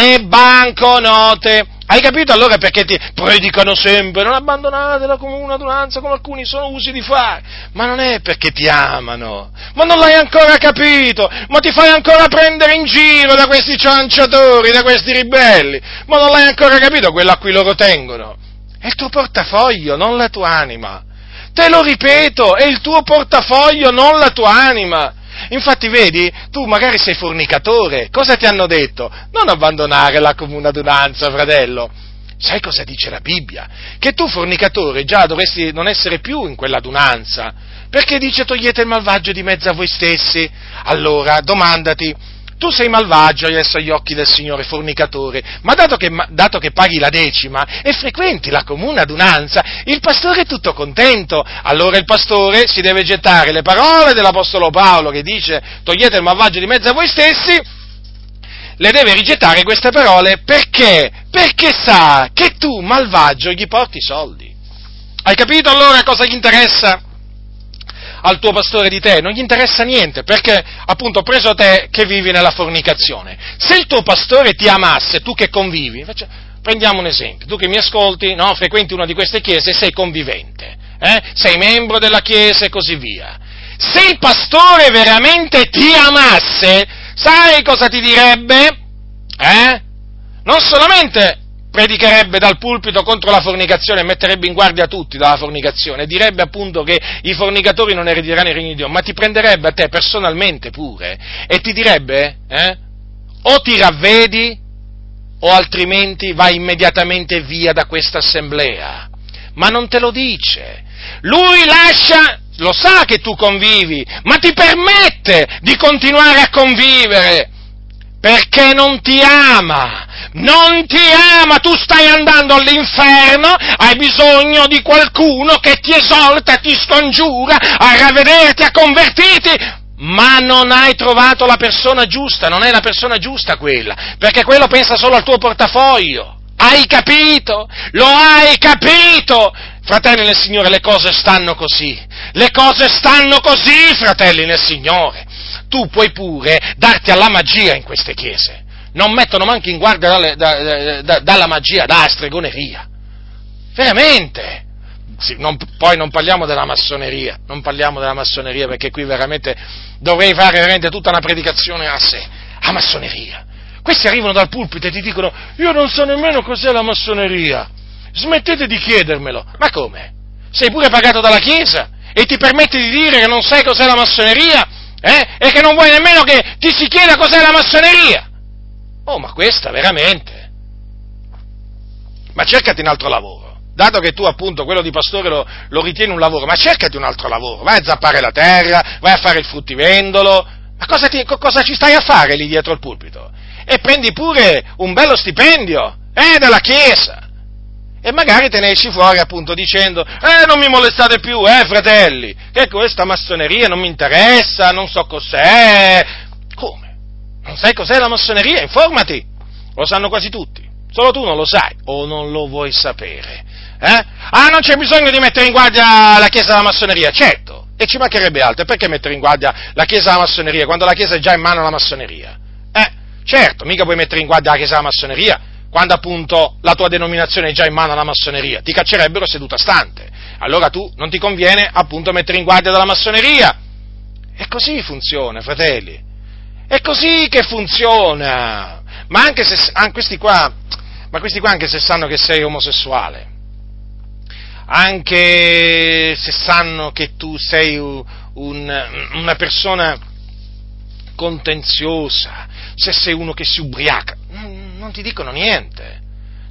hai capito allora perché ti predicano sempre, non abbandonate la comune adunanza come alcuni sono usi di fare, ma non è perché ti amano, ma non l'hai ancora capito, ma ti fai ancora prendere in giro da questi cianciatori, da questi ribelli, ma non l'hai ancora capito quello a cui loro tengono? È il tuo portafoglio, non la tua anima, te lo ripeto, è il tuo portafoglio, non la tua anima. Infatti vedi, tu magari sei fornicatore, cosa ti hanno detto? Non abbandonare la comune adunanza, fratello. Sai cosa dice la Bibbia? Che tu fornicatore già dovresti non essere più in quella adunanza, perché dice togliete il malvagio di mezzo a voi stessi. Allora, domandati, tu sei malvagio adesso agli occhi del Signore, fornicatore, ma dato che paghi la decima e frequenti la comune adunanza, il pastore è tutto contento. Allora il pastore si deve gettare le parole dell'Apostolo Paolo che dice togliete il malvagio di mezzo a voi stessi, le deve rigettare queste parole perché? Perché sa che tu, malvagio, gli porti soldi. Hai capito allora cosa gli interessa? Al tuo pastore di te non gli interessa niente, perché appunto preso te che vivi nella fornicazione. Se il tuo pastore ti amasse, tu che convivi, prendiamo un esempio, tu che mi ascolti, no, frequenti una di queste chiese, sei convivente, sei membro della chiesa e così via. Se il pastore veramente ti amasse, sai cosa ti direbbe? Non solamente predicherebbe dal pulpito contro la fornicazione e metterebbe in guardia tutti dalla fornicazione, direbbe appunto che i fornicatori non erediteranno il regno di Dio, ma ti prenderebbe a te personalmente pure e ti direbbe, o ti ravvedi o altrimenti vai immediatamente via da questa assemblea. Ma non te lo dice. Lui lo sa che tu convivi, ma ti permette di continuare a convivere, perché non ti ama, tu stai andando all'inferno, hai bisogno di qualcuno che ti esorta, ti scongiura a ravvederti, a convertirti, ma non hai trovato la persona giusta, non è la persona giusta quella, perché quello pensa solo al tuo portafoglio, hai capito? Lo hai capito? Fratelli nel Signore, le cose stanno così, fratelli nel Signore. Tu puoi pure darti alla magia in queste chiese, non mettono manco in guardia dalla magia, dalla stregoneria, veramente. Sì, poi non parliamo della massoneria, perché qui veramente dovrei fare veramente tutta una predicazione a sé, a massoneria. Questi arrivano dal pulpito e ti dicono, io non so nemmeno cos'è la massoneria, smettete di chiedermelo. Ma come? Sei pure pagato dalla Chiesa e ti permetti di dire che non sai cos'è la massoneria? E che non vuoi nemmeno che ti si chieda cos'è la massoneria? Oh, ma questa veramente? Ma cercati un altro lavoro, dato che tu appunto quello di pastore lo ritieni un lavoro, ma cercati un altro lavoro, vai a zappare la terra, vai a fare il fruttivendolo, ma cosa ci stai a fare lì dietro il pulpito? E prendi pure un bello stipendio, dalla Chiesa, e magari te ne esci fuori appunto dicendo, non mi molestate più, fratelli, che questa massoneria non mi interessa, non so cos'è. Come? Non sai cos'è la massoneria? Informati, lo sanno quasi tutti, solo tu non lo sai, o non lo vuoi sapere, non c'è bisogno di mettere in guardia la Chiesa della massoneria, certo, e ci mancherebbe altro, perché mettere in guardia la Chiesa della massoneria, quando la Chiesa è già in mano alla massoneria? Certo, mica puoi mettere in guardia la Chiesa della massoneria, quando appunto la tua denominazione è già in mano alla massoneria, ti caccerebbero seduta stante, allora tu non ti conviene appunto mettere in guardia dalla massoneria. E così funziona, fratelli, è così che funziona, ma anche se questi qua anche se sanno che sei omosessuale, anche se sanno che tu sei una persona contenziosa, se sei uno che si ubriaca, non ti dicono niente.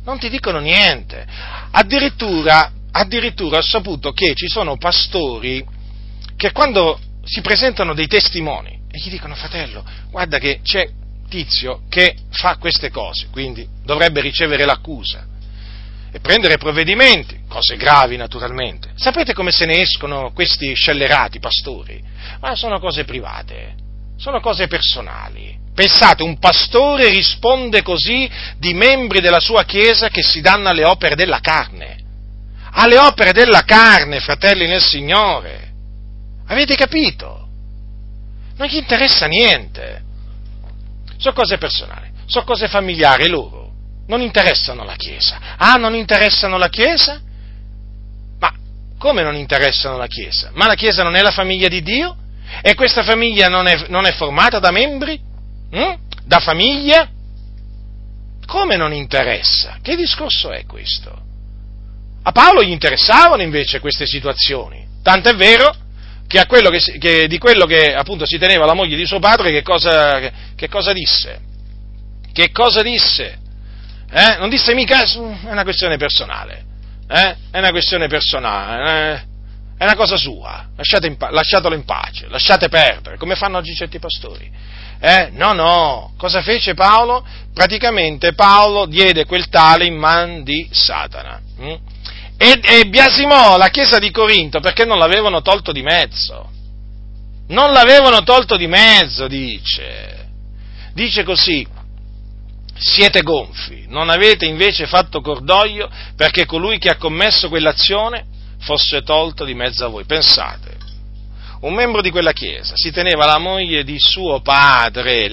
Addirittura ho saputo che ci sono pastori che quando si presentano dei testimoni e gli dicono, fratello, guarda che c'è tizio che fa queste cose, quindi dovrebbe ricevere l'accusa. e prendere provvedimenti, cose gravi naturalmente. Sapete come se ne escono questi scellerati pastori? Ma sono cose private, sono cose personali. Pensate, un pastore risponde così di membri della sua chiesa che si danno alle opere della carne. Alle opere della carne, fratelli nel Signore. Avete capito? Non gli interessa niente. Sono cose personali, sono cose familiari loro. Non interessano la Chiesa. Ah, non interessano la Chiesa? Ma come non interessano la Chiesa? Ma la Chiesa non è la famiglia di Dio? E questa famiglia non è formata da membri? Da famiglia? Come non interessa? Che discorso è questo? A Paolo gli interessavano invece queste situazioni, tant'è vero che di quello che appunto si teneva la moglie di suo padre, che cosa disse? Che cosa disse? Non disse mica, è una questione personale, è una questione personale, è una cosa sua, lasciatelo in pace, lasciate perdere, come fanno oggi certi pastori. No, cosa fece Paolo? Praticamente Paolo diede quel tale in man di Satana, e biasimò la chiesa di Corinto perché non l'avevano tolto di mezzo. Non l'avevano tolto di mezzo, dice così: siete gonfi, non avete invece fatto cordoglio perché colui che ha commesso quell'azione fosse tolto di mezzo a voi. Pensate, un membro di quella chiesa si teneva la moglie di suo padre,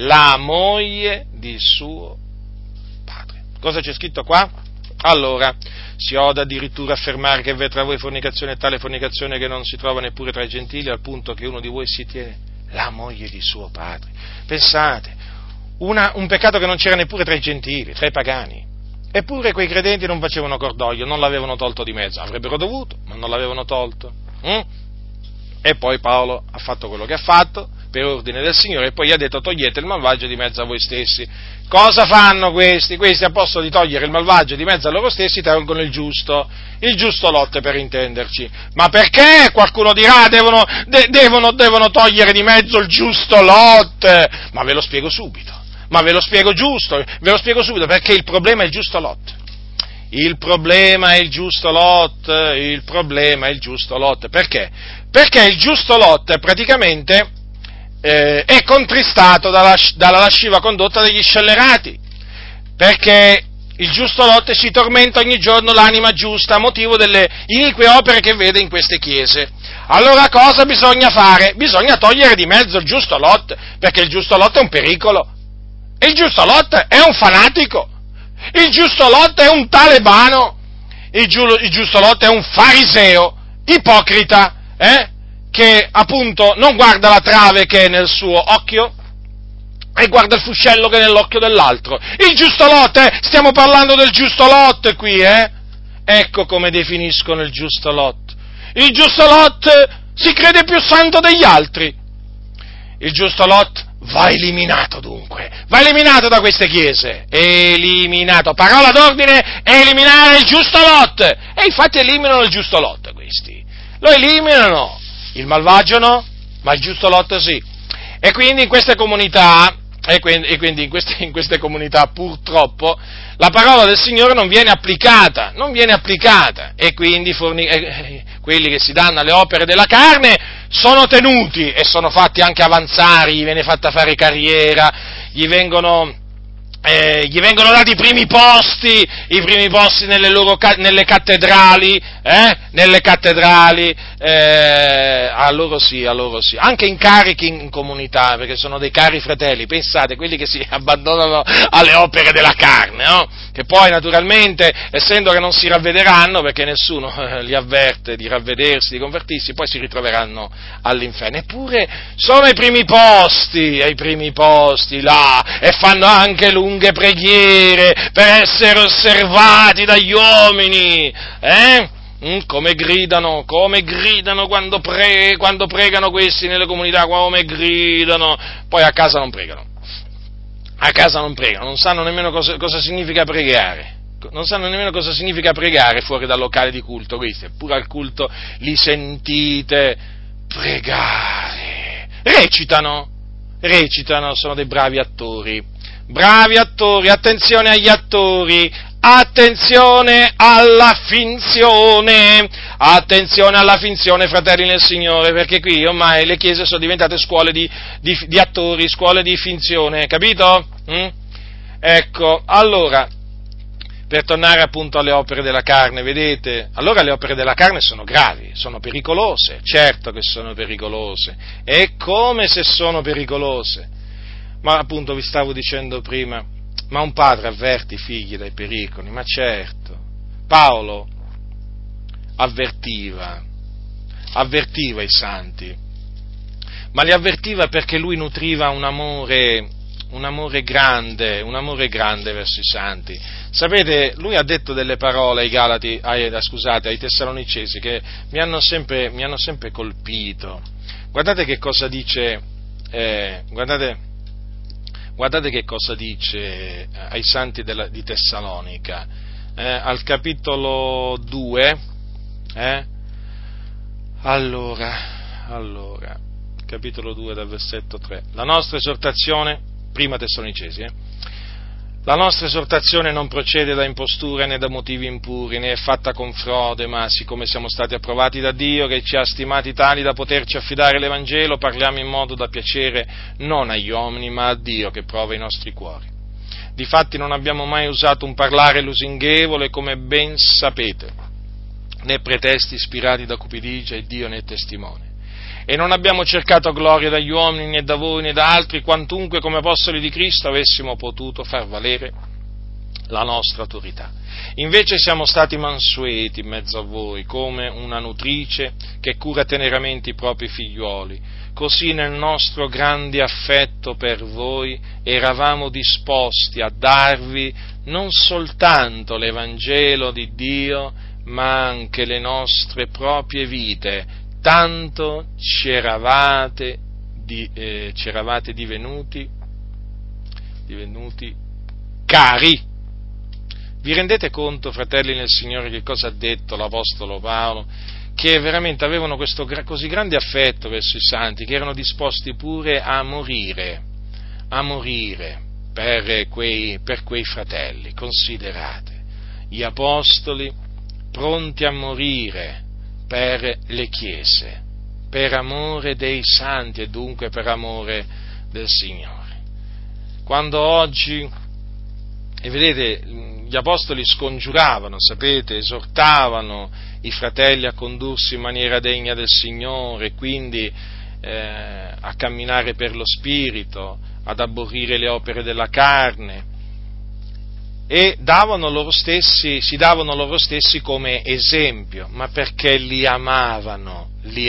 Cosa c'è scritto qua? Allora, si oda addirittura affermare che v'è tra voi fornicazione e tale fornicazione che non si trova neppure tra i gentili, al punto che uno di voi si tiene la moglie di suo padre. Pensate, un peccato che non c'era neppure tra i gentili, tra i pagani. Eppure quei credenti non facevano cordoglio, non l'avevano tolto di mezzo. Avrebbero dovuto, ma non l'avevano tolto. E poi Paolo ha fatto quello che ha fatto, per ordine del Signore, e poi gli ha detto: togliete il malvagio di mezzo a voi stessi. Cosa fanno questi? Questi, a posto di togliere il malvagio di mezzo a loro stessi, tolgono il giusto Lot, per intenderci. Ma perché? Qualcuno dirà, devono togliere di mezzo il giusto Lot. Ma ve lo spiego subito. Ve lo spiego subito, perché il problema è il giusto Lot. Il problema è il giusto Lot. Perché? Perché il giusto Lot praticamente è contristato dalla lasciva condotta degli scellerati, perché il giusto Lot si tormenta ogni giorno l'anima giusta a motivo delle inique opere che vede in queste chiese. Allora cosa bisogna fare? Bisogna togliere di mezzo il giusto Lot, perché il giusto Lot è un pericolo, il giusto Lot è un fanatico, il giusto Lot è un talebano, il giusto Lot è un fariseo, ipocrita, che appunto non guarda la trave che è nel suo occhio e guarda il fuscello che è nell'occhio dell'altro. Il giusto Lot, stiamo parlando del giusto Lot qui, Ecco come definiscono il giusto Lot. Il giusto Lot si crede più santo degli altri. Il giusto Lot va eliminato dunque, va eliminato da queste chiese, eliminato, parola d'ordine, eliminare il giusto Lot, e infatti eliminano il giusto Lot questi, lo eliminano, il malvagio no, ma il giusto Lot sì, e quindi in queste comunità, in queste comunità purtroppo la parola del Signore non viene applicata, e quindi quelli che si danno alle opere della carne sono tenuti e sono fatti anche avanzare, gli viene fatta fare carriera, gli vengono dati i primi posti nelle cattedrali, a loro sì, anche incarichi in comunità, perché sono dei cari fratelli, pensate, quelli che si abbandonano alle opere della carne, no? Che poi naturalmente, essendo che non si ravvederanno, perché nessuno li avverte di ravvedersi, di convertirsi, poi si ritroveranno all'inferno, eppure sono ai primi posti là, e fanno anche lunghe preghiere per essere osservati dagli uomini, Come gridano quando pregano questi nelle comunità, come gridano, poi a casa non pregano, non sanno nemmeno cosa significa pregare, fuori dal locale di culto, questi, eppure al culto li sentite pregare, recitano, sono dei bravi attori, attenzione agli attori, attenzione alla finzione, fratelli nel Signore, perché qui ormai le chiese sono diventate scuole di attori, scuole di finzione, capito? Ecco, allora, per tornare appunto alle opere della carne, vedete, allora le opere della carne sono gravi, sono pericolose, certo che sono pericolose, è come se sono pericolose, ma appunto vi stavo dicendo prima, ma un padre avverte i figli dai pericoli, ma certo, Paolo avvertiva i santi, ma li avvertiva perché lui nutriva un amore grande verso i santi. Sapete, lui ha detto delle parole ai Tessalonicesi che mi hanno sempre colpito. Guardate che cosa dice, guardate che cosa dice ai santi di Tessalonica, al capitolo 2, allora, capitolo 2 dal versetto 3, la nostra esortazione, prima Tessalonicesi, la nostra esortazione non procede da imposture né da motivi impuri, né è fatta con frode, ma siccome siamo stati approvati da Dio, che ci ha stimati tali da poterci affidare l'Evangelo, parliamo in modo da piacere non agli uomini, ma a Dio che prova i nostri cuori. Difatti non abbiamo mai usato un parlare lusinghevole, come ben sapete, né pretesti ispirati da cupidigia, e Dio ne è testimone. E non abbiamo cercato gloria dagli uomini, né da voi, né da altri, quantunque come apostoli di Cristo avessimo potuto far valere la nostra autorità. Invece siamo stati mansueti in mezzo a voi, come una nutrice che cura teneramente i propri figliuoli. Così nel nostro grande affetto per voi eravamo disposti a darvi non soltanto l'Evangelo di Dio, ma anche le nostre proprie vite, tanto ci eravate divenuti cari. Vi rendete conto, fratelli nel Signore, che cosa ha detto l'Apostolo Paolo? Che veramente avevano questo così grande affetto verso i santi, che erano disposti pure a morire per quei fratelli. Considerate, gli apostoli pronti a morire per le chiese, per amore dei santi e dunque per amore del Signore. Quando oggi, e vedete, gli apostoli scongiuravano, sapete, esortavano i fratelli a condursi in maniera degna del Signore, quindi a camminare per lo Spirito, ad aborrire le opere della carne, e si davano loro stessi come esempio, ma perché li amavano,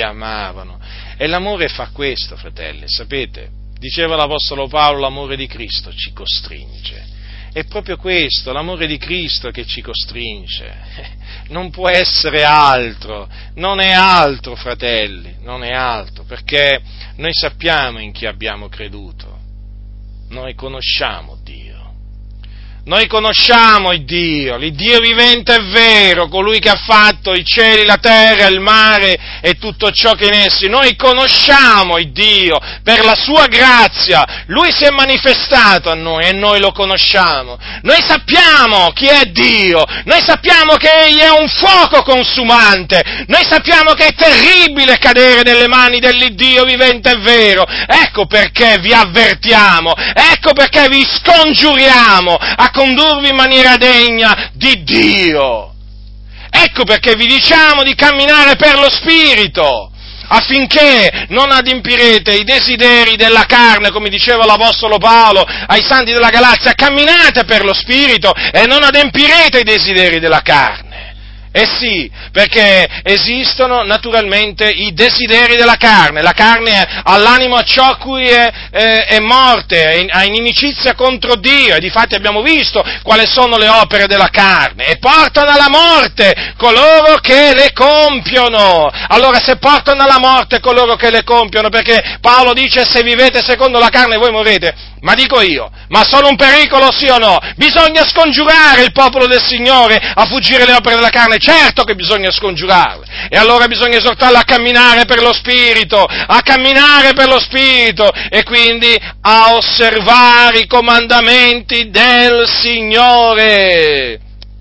e l'amore fa questo, fratelli, sapete, diceva l'Apostolo Paolo, l'amore di Cristo ci costringe, è proprio questo, l'amore di Cristo che ci costringe, non può essere altro, non è altro, fratelli, non è altro, perché noi sappiamo in chi abbiamo creduto, noi conosciamo Dio. Noi conosciamo il Dio vivente e vero, colui che ha fatto i cieli, la terra, il mare e tutto ciò che in essi. Noi conosciamo il Dio per la sua grazia, Lui si è manifestato a noi e noi lo conosciamo. Noi sappiamo chi è Dio, noi sappiamo che Egli è un fuoco consumante, noi sappiamo che è terribile cadere nelle mani dell'Iddio vivente e vero. Ecco perché vi avvertiamo, ecco perché vi scongiuriamo a condurvi in maniera degna di Dio. Ecco perché vi diciamo di camminare per lo Spirito, affinché non adempirete i desideri della carne, come diceva l'Apostolo Paolo ai santi della Galazia, camminate per lo Spirito e non adempirete i desideri della carne. Eh sì, perché esistono naturalmente i desideri della carne. La carne ha l'animo a ciò a cui è morte, ha inimicizia contro Dio, e difatti abbiamo visto quali sono le opere della carne, e portano alla morte coloro che le compiono. Allora, se portano alla morte coloro che le compiono, perché Paolo dice: se vivete secondo la carne voi morrete, ma dico io, ma sono un pericolo, sì o no? Bisogna scongiurare il popolo del Signore a fuggire le opere della carne, certo che bisogna scongiurarle, e allora bisogna esortarle a camminare per lo Spirito, e quindi a osservare i comandamenti del Signore.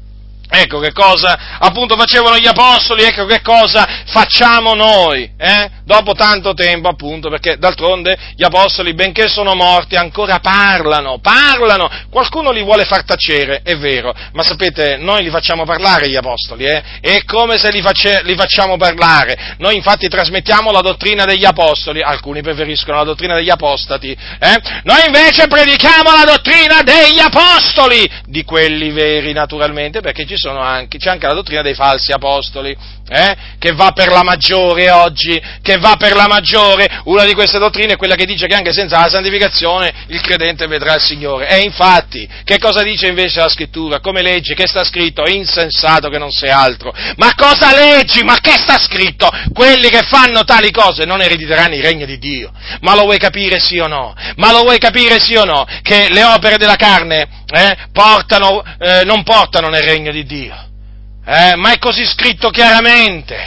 Ecco che cosa appunto facevano gli apostoli, ecco che cosa facciamo noi, dopo tanto tempo appunto, perché d'altronde gli apostoli, benché sono morti, ancora parlano, qualcuno li vuole far tacere, è vero, ma sapete, noi li facciamo parlare gli apostoli, è come se li facciamo parlare, noi infatti trasmettiamo la dottrina degli apostoli, alcuni preferiscono la dottrina degli apostati, noi invece predichiamo la dottrina degli apostoli, di quelli veri naturalmente, perché c'è anche la dottrina dei falsi apostoli, che va per la maggiore oggi, una di queste dottrine è quella che dice che anche senza la santificazione il credente vedrà il Signore, e infatti, che cosa dice invece la scrittura? Come leggi? Che sta scritto? Insensato che non sei altro, ma cosa leggi? Ma che sta scritto? Quelli che fanno tali cose non erediteranno il regno di Dio, ma lo vuoi capire sì o no? Che le opere della carne non portano nel regno di Dio, ma è così scritto chiaramente,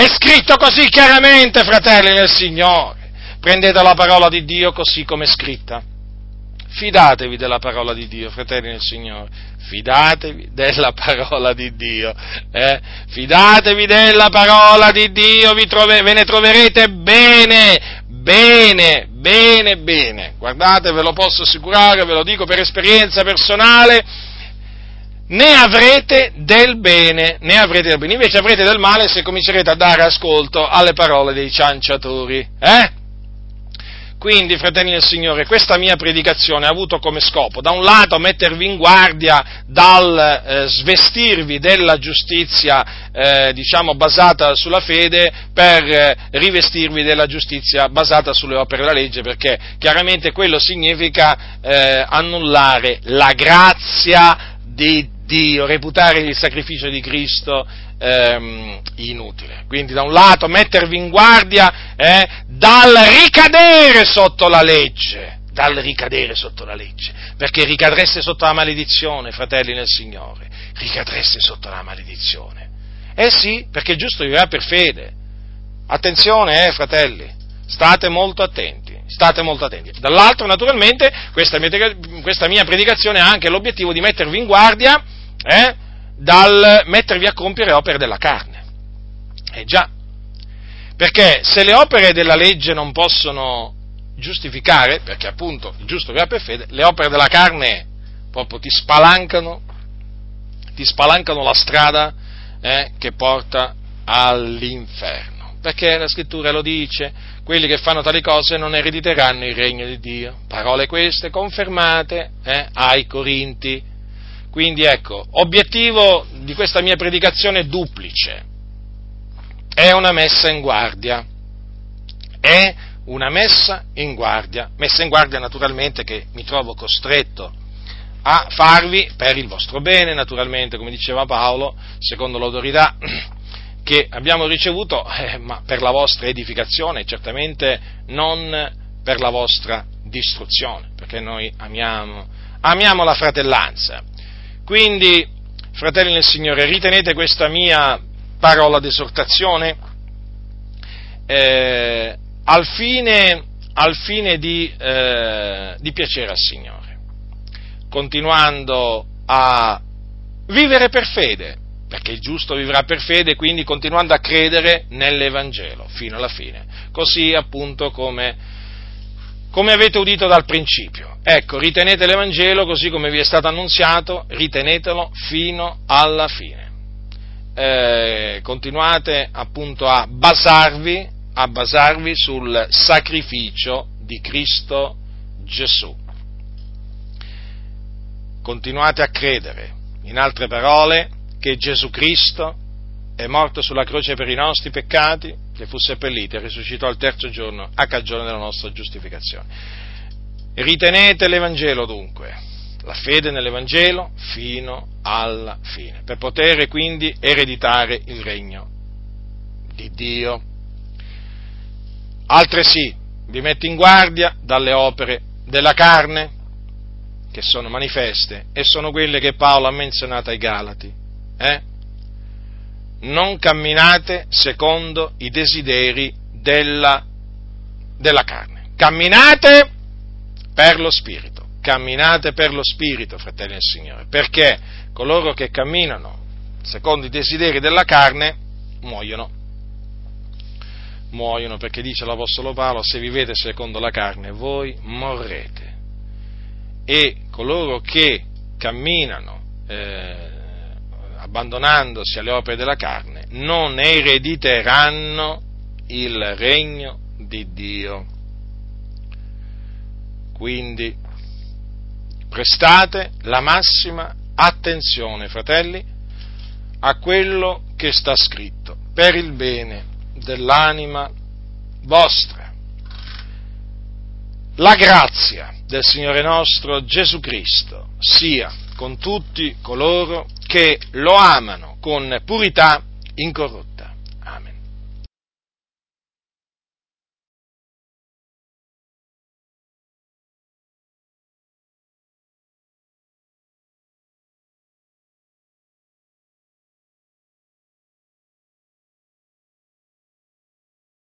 fratelli nel Signore, prendete la parola di Dio così come è scritta, fidatevi della parola di Dio, fratelli nel Signore, fidatevi della parola di Dio, fidatevi della parola di Dio, ve ne troverete bene, guardate, ve lo posso assicurare, ve lo dico per esperienza personale, ne avrete del bene, invece avrete del male se comincerete a dare ascolto alle parole dei cianciatori, Quindi, fratelli del Signore, questa mia predicazione ha avuto come scopo, da un lato, mettervi in guardia dal svestirvi della giustizia, basata sulla fede, per rivestirvi della giustizia basata sulle opere della legge, perché chiaramente quello significa annullare la grazia di Dio, reputare il sacrificio di Cristo inutile. Quindi da un lato mettervi in guardia dal ricadere sotto la legge, perché ricadreste sotto la maledizione, fratelli nel Signore, ricadreste sotto la maledizione. Sì, perché il giusto vivrà per fede. Attenzione, fratelli, state molto attenti. Dall'altro, naturalmente, questa mia predicazione ha anche l'obiettivo di mettervi in guardia dal mettervi a compiere opere della carne. Già, perché se le opere della legge non possono giustificare, perché appunto il giusto vivrà per fede, le opere della carne proprio ti spalancano la strada che porta all'inferno, perché la scrittura lo dice, quelli che fanno tali cose non erediteranno il regno di Dio, parole queste confermate ai Corinti. Quindi ecco, obiettivo di questa mia predicazione è duplice, è una messa in guardia messa in guardia naturalmente che mi trovo costretto a farvi per il vostro bene, naturalmente, come diceva Paolo, secondo l'autorità che abbiamo ricevuto, ma per la vostra edificazione, certamente non per la vostra distruzione, perché noi amiamo la fratellanza. Quindi, fratelli nel Signore, ritenete questa mia parola d'esortazione al fine di piacere al Signore, continuando a vivere per fede, perché il giusto vivrà per fede, quindi continuando a credere nell'Evangelo fino alla fine, così appunto come avete udito dal principio. Ecco, ritenete l'Evangelo così come vi è stato annunziato, ritenetelo fino alla fine. Continuate appunto a basarvi sul sacrificio di Cristo Gesù. Continuate a credere, in altre parole, che Gesù Cristo è morto sulla croce per i nostri peccati, che fu seppellito e risuscitò al terzo giorno a cagione della nostra giustificazione. Ritenete l'Evangelo dunque, la fede nell'Evangelo fino alla fine, per poter quindi ereditare il regno di Dio. Altresì vi metto in guardia dalle opere della carne, che sono manifeste, e sono quelle che Paolo ha menzionato ai Galati. Non camminate secondo i desideri della carne, camminate per lo Spirito, fratelli del Signore, perché coloro che camminano secondo i desideri della carne, muoiono. Muoiono, perché dice l'Apostolo Paolo: se vivete secondo la carne, voi morrete. E coloro che camminano abbandonandosi alle opere della carne non erediteranno il regno di Dio. Quindi prestate la massima attenzione, fratelli, a quello che sta scritto, per il bene dell'anima vostra. La grazia del Signore nostro Gesù Cristo sia con tutti coloro che lo amano con purità incorrotta.